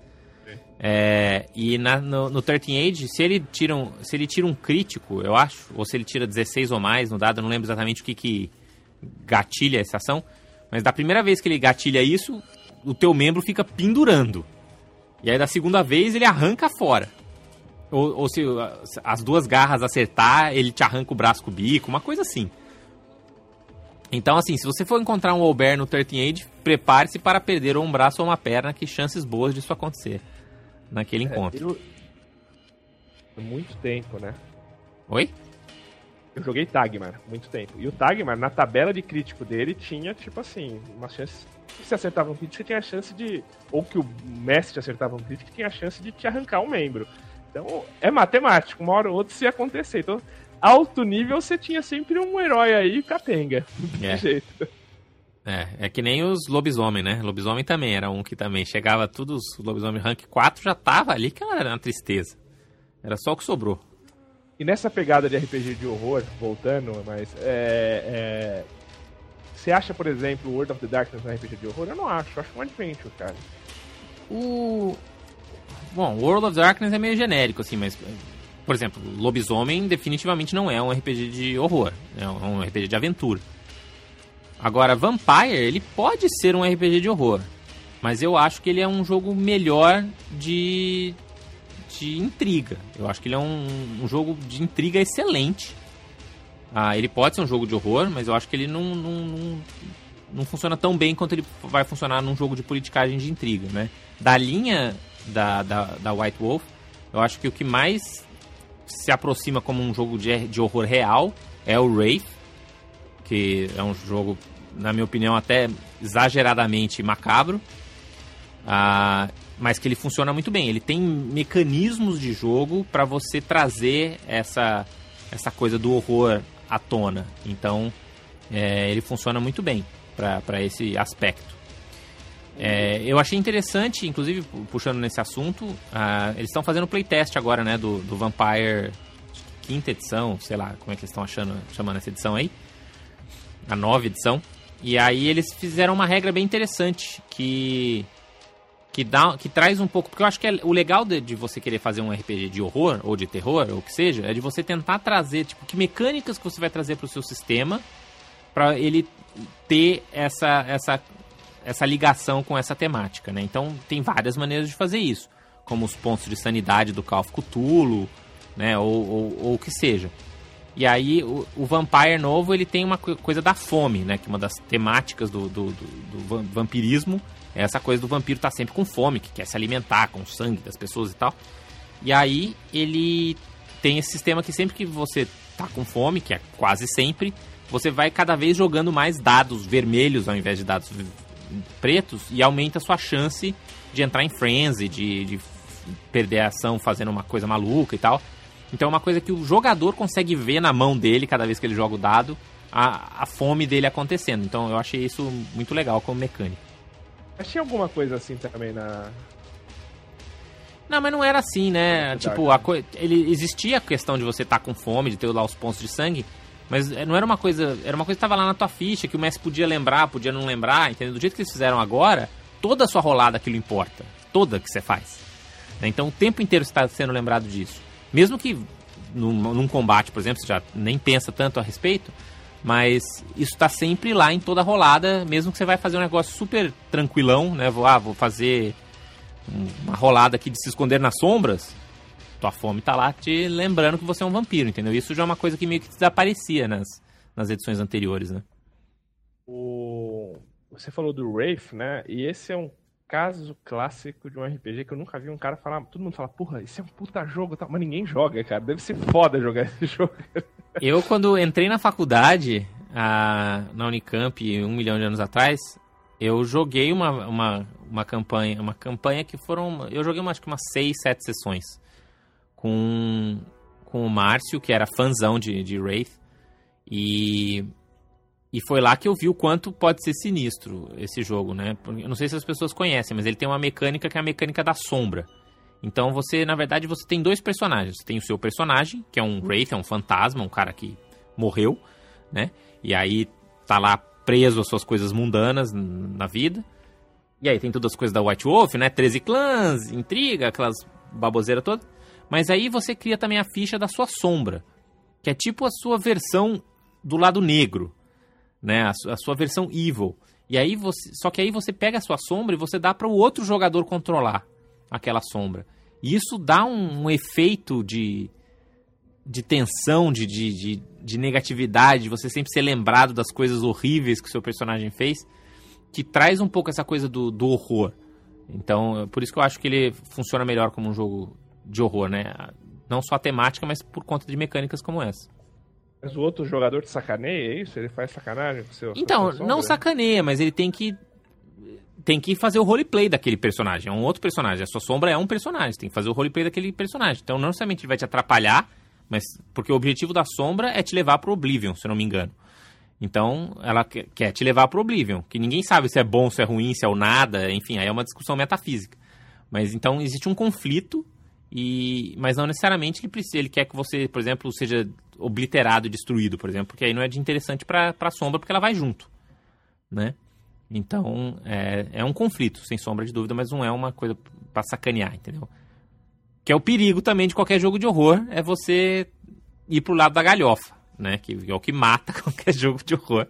E no 13 Age, se ele tira um crítico, eu acho, ou se ele tira 16 ou mais no dado, eu não lembro exatamente o que gatilha essa ação, mas da primeira vez que ele gatilha isso, o teu membro fica pendurando. E aí da segunda vez ele arranca fora. Ou se as duas garras acertar, ele te arranca o braço com o bico, uma coisa assim. Então, assim, se você for encontrar um Owlbear no 13 Age, prepare-se para perder ou um braço ou uma perna, que chances boas disso acontecer naquele encontro. Muito tempo, né? Oi? Eu joguei Tagmar muito tempo. E o Tagmar, na tabela de crítico dele, tinha, tipo assim, uma chance... Se acertava um crítico, tinha a chance de... Ou que o mestre acertava um crítico, tinha a chance de te arrancar um membro. Então, é matemático. Uma hora ou outra isso ia acontecer. Então, alto nível, você tinha sempre um herói aí capenga. De jeito. É que nem os lobisomem, né? Lobisomem também era um que também chegava tudo... Os lobisomem rank 4 já tava ali, que era uma tristeza. Era só o que sobrou. E nessa pegada de RPG de horror, voltando, mas você acha, por exemplo, World of the Darkness um RPG de horror? Eu não acho, eu acho um adventure, cara. Bom, World of Darkness é meio genérico, assim, mas... Por exemplo, Lobisomem definitivamente não é um RPG de horror, é um RPG de aventura. Agora, Vampire, ele pode ser um RPG de horror, mas eu acho que ele é um jogo melhor de intriga. Eu acho que ele é um jogo de intriga excelente. Ele pode ser um jogo de horror, mas eu acho que ele não funciona tão bem quanto ele vai funcionar num jogo de politicagem de intriga, né? Da linha da White Wolf, eu acho que o que mais se aproxima como um jogo de horror real é o Wraith, que é um jogo, na minha opinião, até exageradamente macabro. Mas que ele funciona muito bem. Ele tem mecanismos de jogo para você trazer essa coisa do horror à tona. Então, ele funciona muito bem para esse aspecto. Eu achei interessante, inclusive, puxando nesse assunto, eles estão fazendo playtest agora, né, do Vampire quinta edição, sei lá como é que eles estão chamando essa edição aí, a 9ª edição. E aí eles fizeram uma regra bem interessante que traz um pouco... Porque eu acho que o legal de você querer fazer um RPG de horror, ou de terror, ou o que seja, é de você tentar trazer, tipo, que mecânicas que você vai trazer para o seu sistema para ele ter essa ligação com essa temática, né? Então, tem várias maneiras de fazer isso, como os pontos de sanidade do Call of Cthulhu, né? Ou o que seja. E aí o Vampire novo, ele tem uma coisa da fome, né? Que uma das temáticas do vampirismo é essa coisa do vampiro estar sempre com fome, que quer se alimentar com o sangue das pessoas e tal. E aí ele tem esse sistema que sempre que você tá com fome, que é quase sempre, você vai cada vez jogando mais dados vermelhos ao invés de dados pretos e aumenta a sua chance de entrar em frenzy, de perder a ação fazendo uma coisa maluca e tal. Então é uma coisa que o jogador consegue ver na mão dele, cada vez que ele joga o dado, a fome dele acontecendo. Então eu achei isso muito legal como mecânica. Mas tinha alguma coisa assim também na... Não, mas não era assim, né? Tipo, existia a questão de você estar com fome, de ter lá os pontos de sangue, mas não era uma coisa... Era uma coisa que estava lá na tua ficha, que o mestre podia lembrar, podia não lembrar, entendeu? Do jeito que eles fizeram agora, toda a sua rolada aquilo importa. Toda que você faz. Então o tempo inteiro você está sendo lembrado disso. Mesmo que num combate, por exemplo, você já nem pensa tanto a respeito, mas isso está sempre lá em toda a rolada, mesmo que você vai fazer um negócio super tranquilão, né? Vou fazer uma rolada aqui de se esconder nas sombras, tua fome tá lá te lembrando que você é um vampiro, entendeu? Isso já é uma coisa que meio que desaparecia nas edições anteriores, né? Você falou do Wraith, né? E esse é um caso clássico de um RPG que eu nunca vi um cara falar... Todo mundo fala, porra, isso é um puta jogo e tal. Mas ninguém joga, cara. Deve ser foda jogar esse jogo. Eu, quando entrei na faculdade, na Unicamp, 1 milhão de anos atrás, eu joguei uma campanha que foram... Eu joguei acho que umas 6, 7 sessões com o Márcio, que era fãzão de Wraith. E foi lá que eu vi o quanto pode ser sinistro esse jogo, né? Eu não sei se as pessoas conhecem, mas ele tem uma mecânica que é a mecânica da sombra. Então na verdade, você tem 2 personagens. Você tem o seu personagem, que é um Wraith, é um fantasma, um cara que morreu, né? E aí tá lá preso às suas coisas mundanas na vida. E aí tem todas as coisas da White Wolf, né? 13 clãs, intriga, aquelas baboseiras todas. Mas aí você cria também a ficha da sua sombra, que é tipo a sua versão do lado negro, né? A sua versão evil. E aí só que aí você pega a sua sombra e você dá para o outro jogador controlar aquela sombra. E isso dá um efeito de tensão, de negatividade, de você sempre ser lembrado das coisas horríveis que o seu personagem fez, que traz um pouco essa coisa do horror. Então, por isso que eu acho que ele funciona melhor como um jogo de horror, né? Não só a temática, mas por conta de mecânicas como essa. Mas o outro jogador te sacaneia, é isso? Ele faz sacanagem com o seu... Então, não sacaneia, mas ele tem que fazer o roleplay daquele personagem. É um outro personagem. A sua sombra é um personagem. Você tem que fazer o roleplay daquele personagem. Então, não necessariamente ele vai te atrapalhar, mas porque o objetivo da sombra é te levar pro Oblivion, se eu não me engano. Então, ela quer te levar pro Oblivion. Que ninguém sabe se é bom, se é ruim, se é o nada. Enfim, aí é uma discussão metafísica. Mas, então, existe um conflito, mas não necessariamente ele quer que você, por exemplo, seja obliterado, destruído, por exemplo. Porque aí não é de interessante pra sombra, porque ela vai junto, né? Então, é um conflito, sem sombra de dúvida, mas não é uma coisa pra sacanear, entendeu? Que é o perigo também de qualquer jogo de horror, é você ir pro lado da galhofa, né? Que é o que mata qualquer jogo de horror.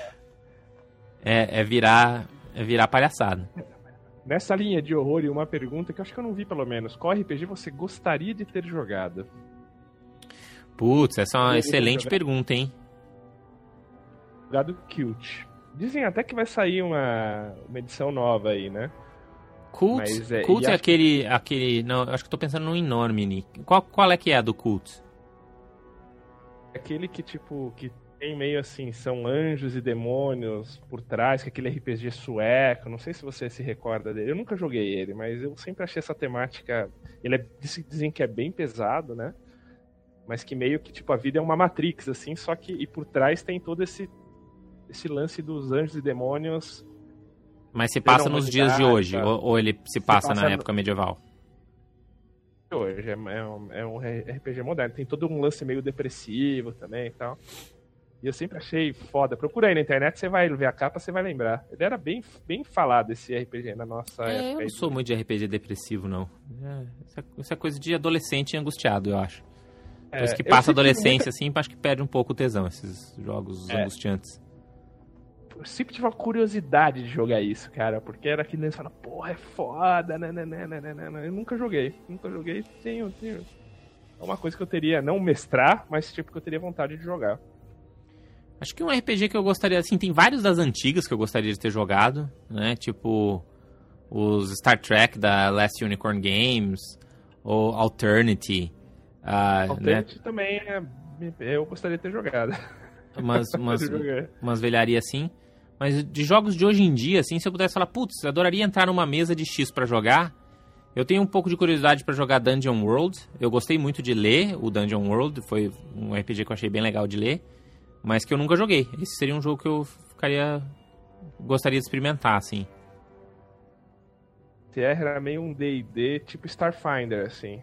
É virar palhaçada. Nessa linha de horror, e uma pergunta que eu acho que eu não vi, pelo menos. Qual RPG você gostaria de ter jogado? Putz, essa é uma excelente pergunta, hein? Jogado Cult. Dizem até que vai sair uma edição nova aí, né? Cult é aquele... Não, acho que eu tô pensando no Enormity. Qual é que é a do Cult? Aquele que, tipo, que tem meio assim, são anjos e demônios por trás, que é aquele RPG sueco. Não sei se você se recorda dele. Eu nunca joguei ele, mas eu sempre achei essa temática... Dizem que é bem pesado, né? Mas que meio que, tipo, a vida é uma Matrix, assim, só que... E por trás tem todo esse lance dos anjos e demônios. Mas se passa nos dias de hoje? Ou ele se passa na época medieval? Hoje é um RPG moderno. Tem todo um lance meio depressivo também e tal. E eu sempre achei foda. Procura aí na internet, você vai ver a capa, você vai lembrar. Ele era bem falado, esse RPG na nossa época. Eu não sou muito de RPG depressivo, não. Isso é coisa de adolescente angustiado, eu acho. Depois que passa a adolescência, assim, acho que perde um pouco o tesão, esses jogos angustiantes. Eu sempre tive uma curiosidade de jogar isso, cara, porque era aquele que porra, é foda, né. Eu nunca joguei, tenho é uma coisa que eu teria, não mestrar, mas tipo que eu teria vontade de jogar. Acho que um RPG que eu gostaria, assim, tem vários das antigas que eu gostaria de ter jogado, né? Tipo, os Star Trek da Last Unicorn Games, ou Alternity. Alternity, né? Também eu gostaria de ter jogado. Umas velharias assim. Mas de jogos de hoje em dia, assim, se eu pudesse falar, putz, adoraria entrar numa mesa de X pra jogar. Eu tenho um pouco de curiosidade pra jogar Dungeon World. Eu gostei muito de ler o Dungeon World, foi um RPG que eu achei bem legal de ler. Mas que eu nunca joguei. Esse seria um jogo que eu gostaria de experimentar, assim. TR era meio um D&D tipo Starfinder, assim.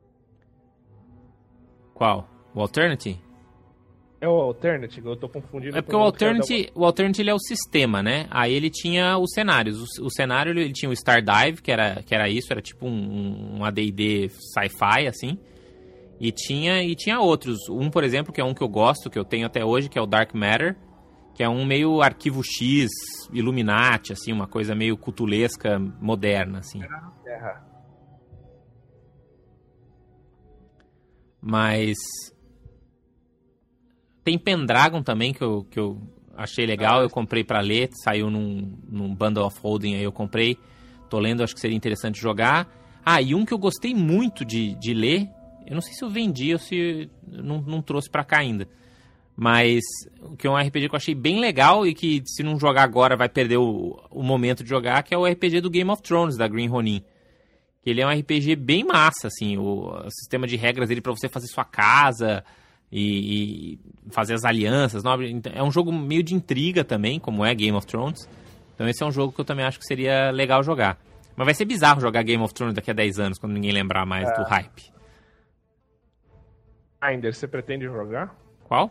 Qual? O Alternity? É o Alternity? Eu tô confundindo. É porque o Alternity ele é o sistema, né? Aí ele tinha os cenários. O cenário ele tinha o Stardive, que era isso, era tipo um AD&D sci-fi, assim. E tinha outros. Um, por exemplo, que é um que eu gosto, que eu tenho até hoje, que é o Dark Matter, que é um meio arquivo X, Illuminati, assim, uma coisa meio cutulesca, moderna, assim. Mas tem Pendragon também, que eu achei legal, eu comprei pra ler, saiu num Bundle of Holding, aí eu comprei. Tô lendo, acho que seria interessante jogar. E um que eu gostei muito de ler, eu não sei se eu vendi ou se não trouxe pra cá ainda. Mas que é um RPG que eu achei bem legal e que se não jogar agora vai perder o momento de jogar, que é o RPG do Game of Thrones, da Green Ronin. Que ele é um RPG bem massa, assim, o sistema de regras dele pra você fazer sua casa e fazer as alianças. É um jogo meio de intriga também, como é Game of Thrones. Então esse é um jogo que eu também acho que seria legal jogar. Mas vai ser bizarro jogar Game of Thrones daqui a 10 anos, quando ninguém lembrar mais do hype. Pathfinder, você pretende jogar? Qual?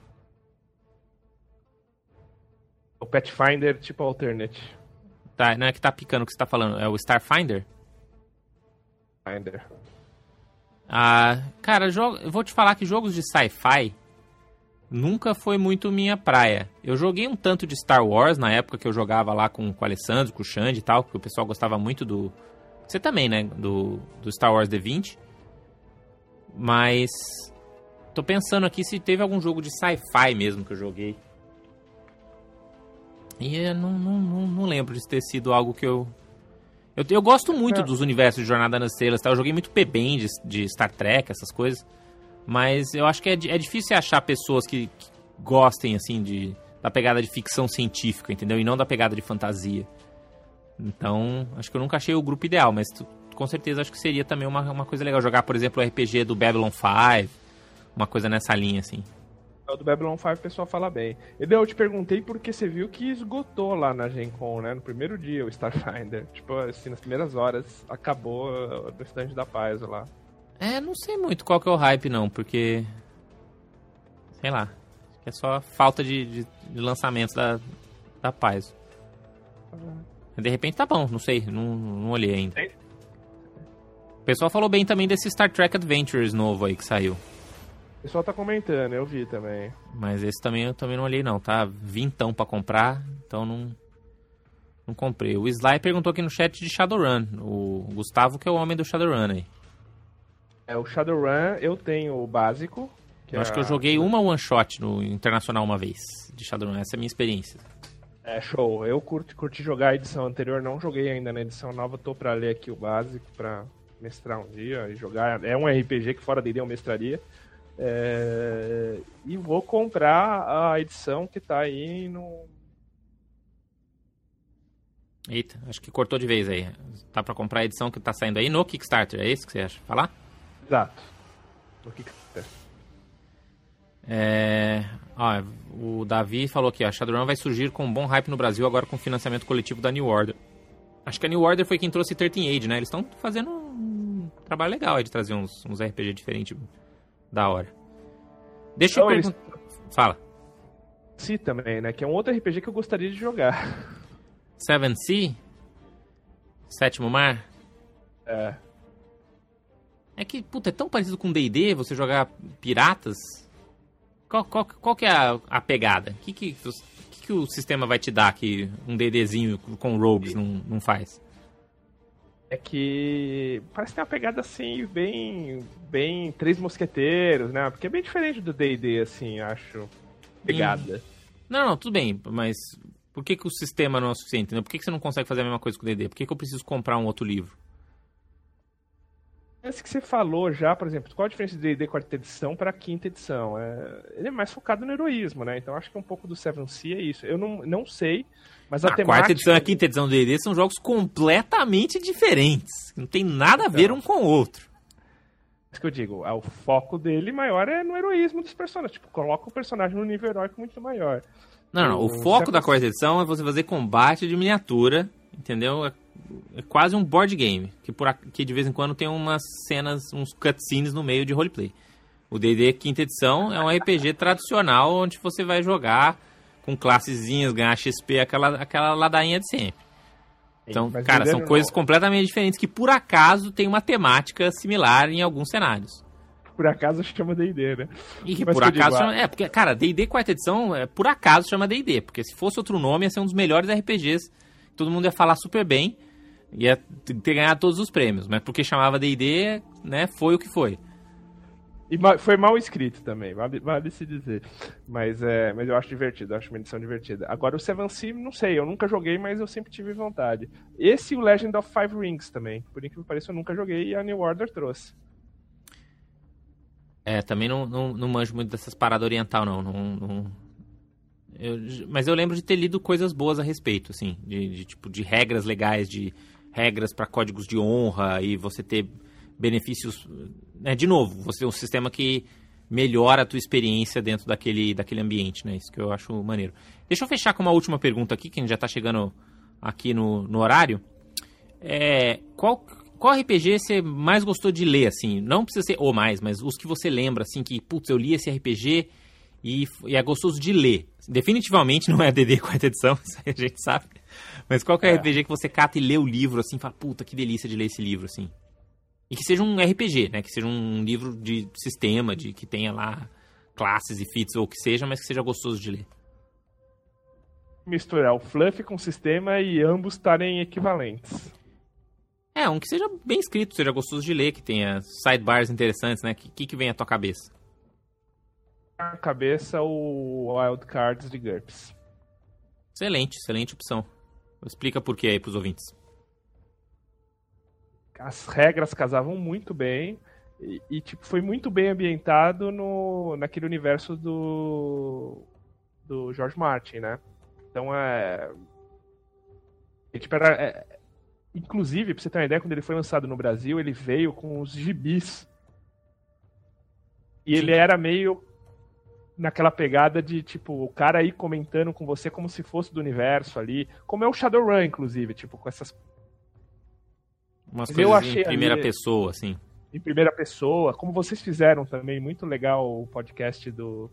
O Pathfinder tipo Alternate. Tá, não é que tá picando o que você tá falando, é o Starfinder? Finder. Cara, eu vou te falar que jogos de sci-fi nunca foi muito minha praia. Eu joguei um tanto de Star Wars na época que eu jogava lá com o Alessandro, com o Xande e tal, porque o pessoal gostava muito do... Você também, né? Do Star Wars D20. Mas tô pensando aqui se teve algum jogo de sci-fi mesmo que eu joguei. E eu não lembro de ter sido algo que eu gosto muito dos universos de Jornada nas Estrelas, tá? Eu joguei muito P-Band de Star Trek, essas coisas. Mas eu acho que é difícil achar pessoas que gostem, assim, da pegada de ficção científica, entendeu? E não da pegada de fantasia. Então, acho que eu nunca achei o grupo ideal, mas com certeza acho que seria também uma coisa legal. Jogar, por exemplo, o RPG do Babylon 5, uma coisa nessa linha, assim. O do Babylon 5 o pessoal fala bem. E daí eu te perguntei porque você viu que esgotou lá na Gen Con, né? No primeiro dia, o Starfinder. Tipo, assim, nas primeiras horas, acabou no stand da Paizo lá. Não sei muito qual que é o hype, não, porque... Sei lá. Acho que é só falta de lançamentos da Paizo. De repente tá bom, não sei. Não olhei ainda. O pessoal falou bem também desse Star Trek Adventures novo aí que saiu. O pessoal tá comentando, eu vi também. Mas esse também eu também não olhei não, tá? Vintão pra comprar, então não comprei. O Sly perguntou aqui no chat de Shadowrun. O Gustavo que é o homem do Shadowrun aí. O Shadowrun eu tenho o básico. Eu acho que eu joguei uma one shot no Internacional uma vez de Shadowrun, essa é a minha experiência. Show. Eu curti jogar a edição anterior, não joguei ainda na edição nova, tô pra ler aqui o básico, pra mestrar um dia e jogar. É um RPG que fora dele eu mestraria. E vou comprar a edição que tá aí no... Eita, acho que cortou de vez aí. Tá pra comprar a edição que tá saindo aí no Kickstarter, é isso que você acha? Falar? Exato. No Kickstarter. O Davi falou aqui, a Shadowrun vai surgir com um bom hype no Brasil agora com o financiamento coletivo da New Order. Acho que a New Order foi quem trouxe 13 Age, né? Eles estão fazendo um trabalho legal aí de trazer uns RPG diferentes da hora. Deixa eu perguntar... Fala. Sea também, né? Que é um outro RPG que eu gostaria de jogar. Seven Sea? Sétimo Mar? É que, puta, é tão parecido com D&D, você jogar piratas. Qual que é a pegada? O que o sistema vai te dar que um D&Dzinho com rogues não faz? é que parece que tem uma pegada assim, bem Três Mosqueteiros, né? Porque é bem diferente do D&D, assim, acho. Pegada. Não, tudo bem, mas por que o sistema não é o suficiente, né? Por que você não consegue fazer a mesma coisa com o D&D? Por que eu preciso comprar um outro livro? Esse que você falou já, por exemplo, qual a diferença de D&D quarta edição para a quinta edição? Ele é mais focado no heroísmo, né? Então acho que um pouco do Seven Sea é isso. Eu não sei, mas a temática... quarta edição e a quinta edição do D&D são jogos completamente diferentes. Não tem nada a ver um com o outro. Isso que eu digo, o foco dele maior é no heroísmo dos personagens. Tipo, coloca o personagem no nível heróico muito maior. Não, o foco da quarta edição é você fazer combate de miniatura, entendeu? É quase um board game, que de vez em quando tem umas cenas, uns cutscenes no meio de roleplay. O D&D quinta edição é um RPG tradicional, onde você vai jogar com classezinhas, ganhar XP, aquela ladainha de sempre. Então, cara, são coisas completamente diferentes que por acaso tem uma temática similar em alguns cenários. Por acaso chama D&D, né? E que por acaso chama... porque, cara, D&D quarta edição, por acaso chama D&D, porque se fosse outro nome ia ser um dos melhores RPGs, todo mundo ia falar super bem, ia ter ganhado todos os prêmios, mas porque chamava D&D, né, foi o que foi. E foi mal escrito também, vale se dizer. Mas eu acho divertido, eu acho uma edição divertida. Agora o Seven Sea, não sei, eu nunca joguei, mas eu sempre tive vontade. Esse e o Legend of Five Rings também, por incrível que pareça, eu nunca joguei e a New Order trouxe. Também não manjo muito dessas paradas oriental, não. Mas eu lembro de ter lido coisas boas a respeito, assim, de regras legais, de regras para códigos de honra e você ter benefícios, de novo, você tem um sistema que melhora a tua experiência dentro daquele ambiente, né? Isso que eu acho maneiro. Deixa eu fechar com uma última pergunta aqui, que a gente já tá chegando aqui no horário. Qual RPG você mais gostou de ler, assim? Não precisa ser ou mais, mas os que você lembra, assim, que, putz, eu li esse RPG e é gostoso de ler. Definitivamente não é D&D quarta edição, isso aí a gente sabe. Mas qual que é o RPG que você cata e lê o livro, assim, e fala, puta, que delícia de ler esse livro, assim? E que seja um RPG, né? Que seja um livro de sistema, que tenha lá classes e feats ou o que seja, mas que seja gostoso de ler. Misturar o fluff com o sistema e ambos estarem equivalentes. Um que seja bem escrito, seja gostoso de ler, que tenha sidebars interessantes, né? Que vem à tua cabeça? Na cabeça, o Wild Cards de GURPS. Excelente opção. Explica por que aí pros ouvintes. As regras casavam muito bem e tipo, foi muito bem ambientado naquele universo do George Martin, né? Então inclusive, pra você ter uma ideia, quando ele foi lançado no Brasil, ele veio com os gibis. E ele era meio naquela pegada de, tipo, o cara aí comentando com você como se fosse do universo ali. Como é o Shadowrun, inclusive, tipo, com essas... Umas coisas em primeira pessoa, assim. Em primeira pessoa, como vocês fizeram também, muito legal o podcast do...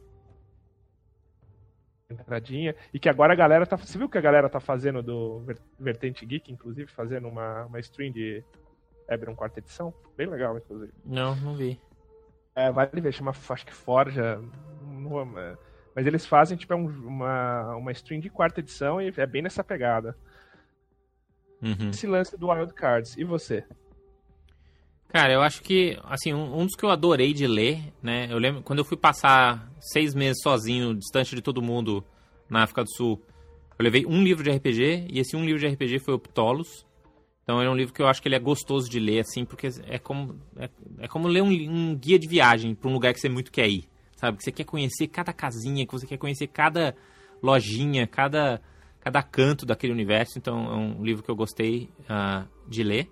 Entradinha, e que agora a galera tá... Você viu que a galera tá fazendo do Vertente Geek, inclusive, fazendo uma stream de Eberron quarta edição? Bem legal, inclusive. Não vi. Vale ver, chama, acho que Forja, mas eles fazem, tipo, uma stream de quarta edição e é bem nessa pegada. Uhum. Esse lance do Wild Cards. E você? Cara, eu acho que, assim, um dos que eu adorei de ler, né, eu lembro, quando eu fui passar 6 meses sozinho, distante de todo mundo, na África do Sul, eu levei um livro de RPG, e esse um livro de RPG foi o Ptolos. Então é um livro que eu acho que ele é gostoso de ler, assim, porque é como ler um guia de viagem para um lugar que você muito quer ir, sabe? Que você quer conhecer cada casinha, que você quer conhecer cada lojinha, cada canto daquele universo. Então é um livro que eu gostei de ler.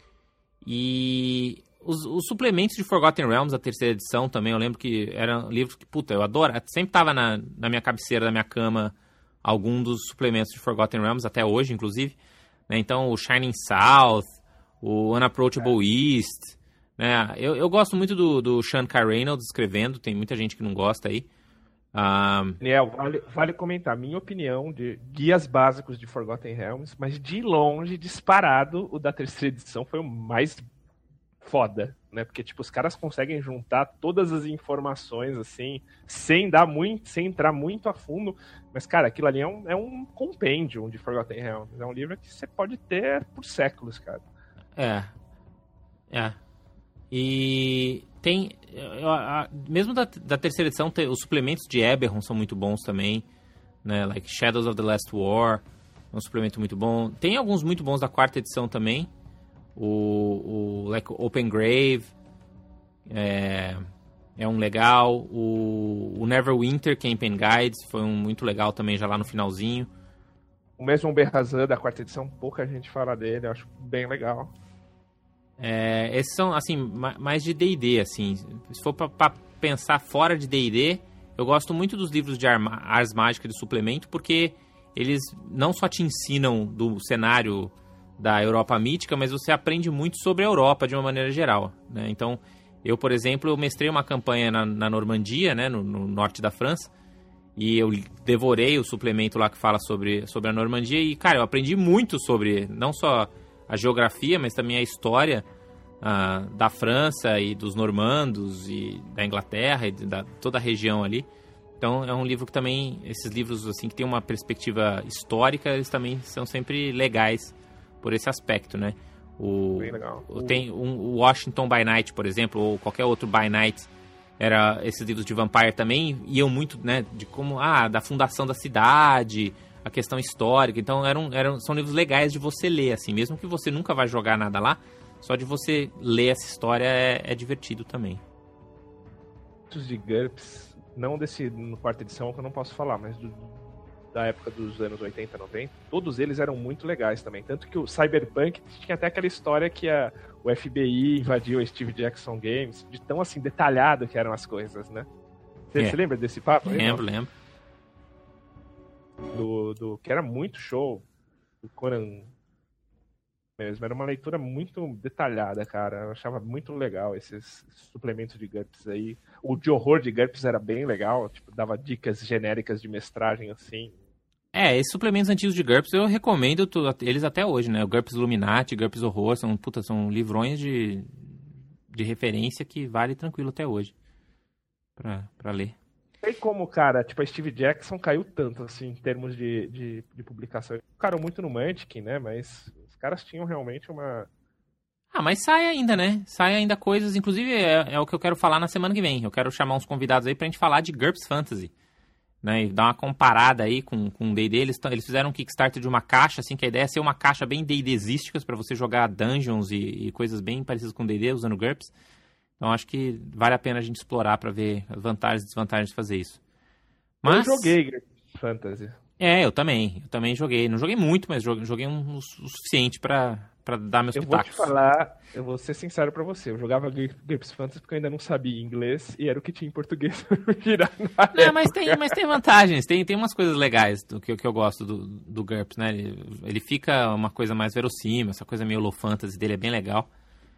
E os suplementos de Forgotten Realms, a terceira edição também, eu lembro que era um livro que, puta, eu adoro. Sempre tava na minha cabeceira da minha cama algum dos suplementos de Forgotten Realms, até hoje, inclusive. Então, o Shining South, o Unapproachable East, né? Eu gosto muito do Sean K. Reynolds escrevendo, tem muita gente que não gosta aí. Daniel, vale comentar, minha opinião de guias básicos de Forgotten Realms, mas de longe, disparado, o da terceira edição foi o mais foda, né? Porque, tipo, os caras conseguem juntar todas as informações, assim, sem entrar muito a fundo. Mas, cara, aquilo ali é um compêndio de Forgotten Realms. É um livro que você pode ter por séculos, cara. E tem... mesmo da terceira edição, os suplementos de Eberron são muito bons também, né? Like Shadows of the Last War, é um suplemento muito bom. Tem alguns muito bons da quarta edição também. Like Open Grave é um legal. O Neverwinter Campaign Guides foi um muito legal também, já lá no finalzinho. O mesmo Berrazan da quarta edição, pouca gente fala dele, eu acho bem legal. Esses são, assim, mais de D&D, assim. Se for pra pensar fora de D&D, eu gosto muito dos livros de Ars Mágica de suplemento, porque eles não só te ensinam do cenário da Europa mítica, mas você aprende muito sobre a Europa de uma maneira geral, né? Então, eu, por exemplo, eu mestrei uma campanha na Normandia, né, no norte da França, e eu devorei o suplemento lá que fala sobre a Normandia, e, cara, eu aprendi muito sobre, não só a geografia, mas também a história da França e dos normandos e da Inglaterra e da toda a região ali. Então é um livro que também, esses livros assim que tem uma perspectiva histórica, eles também são sempre legais por esse aspecto, né? Bem legal. Tem o Washington by Night, por exemplo, ou qualquer outro by Night, esses livros de Vampire também iam muito, né, de como, da fundação da cidade, a questão histórica. Então são livros legais de você ler, assim, mesmo que você nunca vai jogar nada lá, só de você ler essa história é divertido também. De GURPS, não no quarta edição que eu não posso falar, mas da época dos anos 80, 90, todos eles eram muito legais também. Tanto que o Cyberpunk tinha até aquela história que o FBI invadiu a Steve Jackson Games, de tão assim detalhado que eram as coisas, né? Você lembra desse papo? Lembro. Que era muito show, do Conan mesmo. Era uma leitura muito detalhada, cara. Eu achava muito legal esses suplementos de GURPS aí. O de horror de GURPS era bem legal, tipo, dava dicas genéricas de mestragem, assim. Esses suplementos antigos de GURPS eu recomendo eles até hoje, né? O GURPS Illuminati, GURPS Horror, são livrões de referência que vale tranquilo até hoje pra ler. Sei como, cara, tipo, a Steve Jackson caiu tanto, assim, em termos de publicação. Ficaram muito no Mantic, né? Mas os caras tinham realmente uma... Mas sai ainda, né? Sai ainda coisas, inclusive é o que eu quero falar na semana que vem. Eu quero chamar uns convidados aí pra gente falar de GURPS Fantasy, né? E dar uma comparada aí com o D&D. Eles fizeram um Kickstarter de uma caixa, assim, que a ideia é ser uma caixa bem D&Dística pra você jogar dungeons e coisas bem parecidas com D&D usando GURPS. Então acho que vale a pena a gente explorar pra ver as vantagens e desvantagens de fazer isso. Mas... Eu joguei GURPS Fantasy. Eu também joguei. Não joguei muito, mas joguei o suficiente pra dar meus pitacos. Eu vou te falar, eu vou ser sincero pra você. Eu jogava GURPS Fantasy porque eu ainda não sabia inglês e era o que tinha em português pra virar na época. Mas tem vantagens, tem umas coisas legais do que eu gosto do GURPS, né? Ele fica uma coisa mais verossímil, essa coisa meio low fantasy dele é bem legal.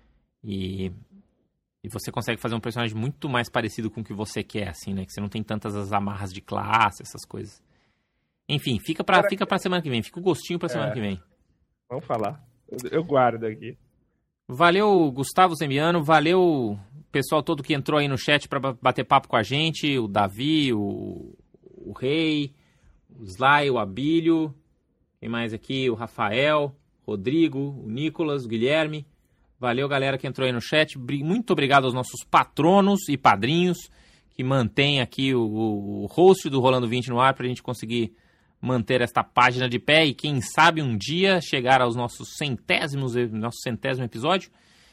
E você consegue fazer um personagem muito mais parecido com o que você quer, assim, né? Que você não tem tantas as amarras de classe, essas coisas. Enfim, fica pra semana que vem. Fica o gostinho pra semana que vem. Vamos falar. Eu guardo aqui. Valeu, Gustavo Semiano. Valeu, pessoal todo que entrou aí no chat pra bater papo com a gente. O Davi, o Rei, o Sly, o Abílio. Quem mais aqui? O Rafael, Rodrigo, o Nicolas, o Guilherme. Valeu, galera que entrou aí no chat. Muito obrigado aos nossos patronos e padrinhos que mantêm aqui o host do Rolando 20 no ar pra gente conseguir manter esta página de pé e quem sabe um dia chegar aos nosso centésimo episódio.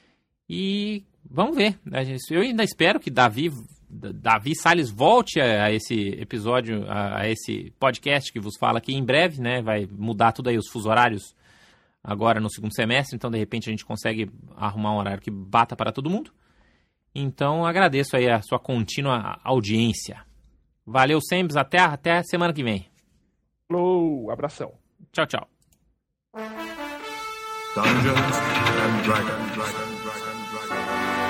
E vamos ver. Eu ainda espero que Davi Salles volte a esse episódio, a esse podcast que vos fala aqui em breve, né? Vai mudar tudo aí os fusos horários agora no segundo semestre, então de repente a gente consegue arrumar um horário que bata para todo mundo. Então agradeço aí a sua contínua audiência. Valeu, Sembs, até a semana que vem. Falou, abração. Tchau, tchau. Dungeons and Dragons.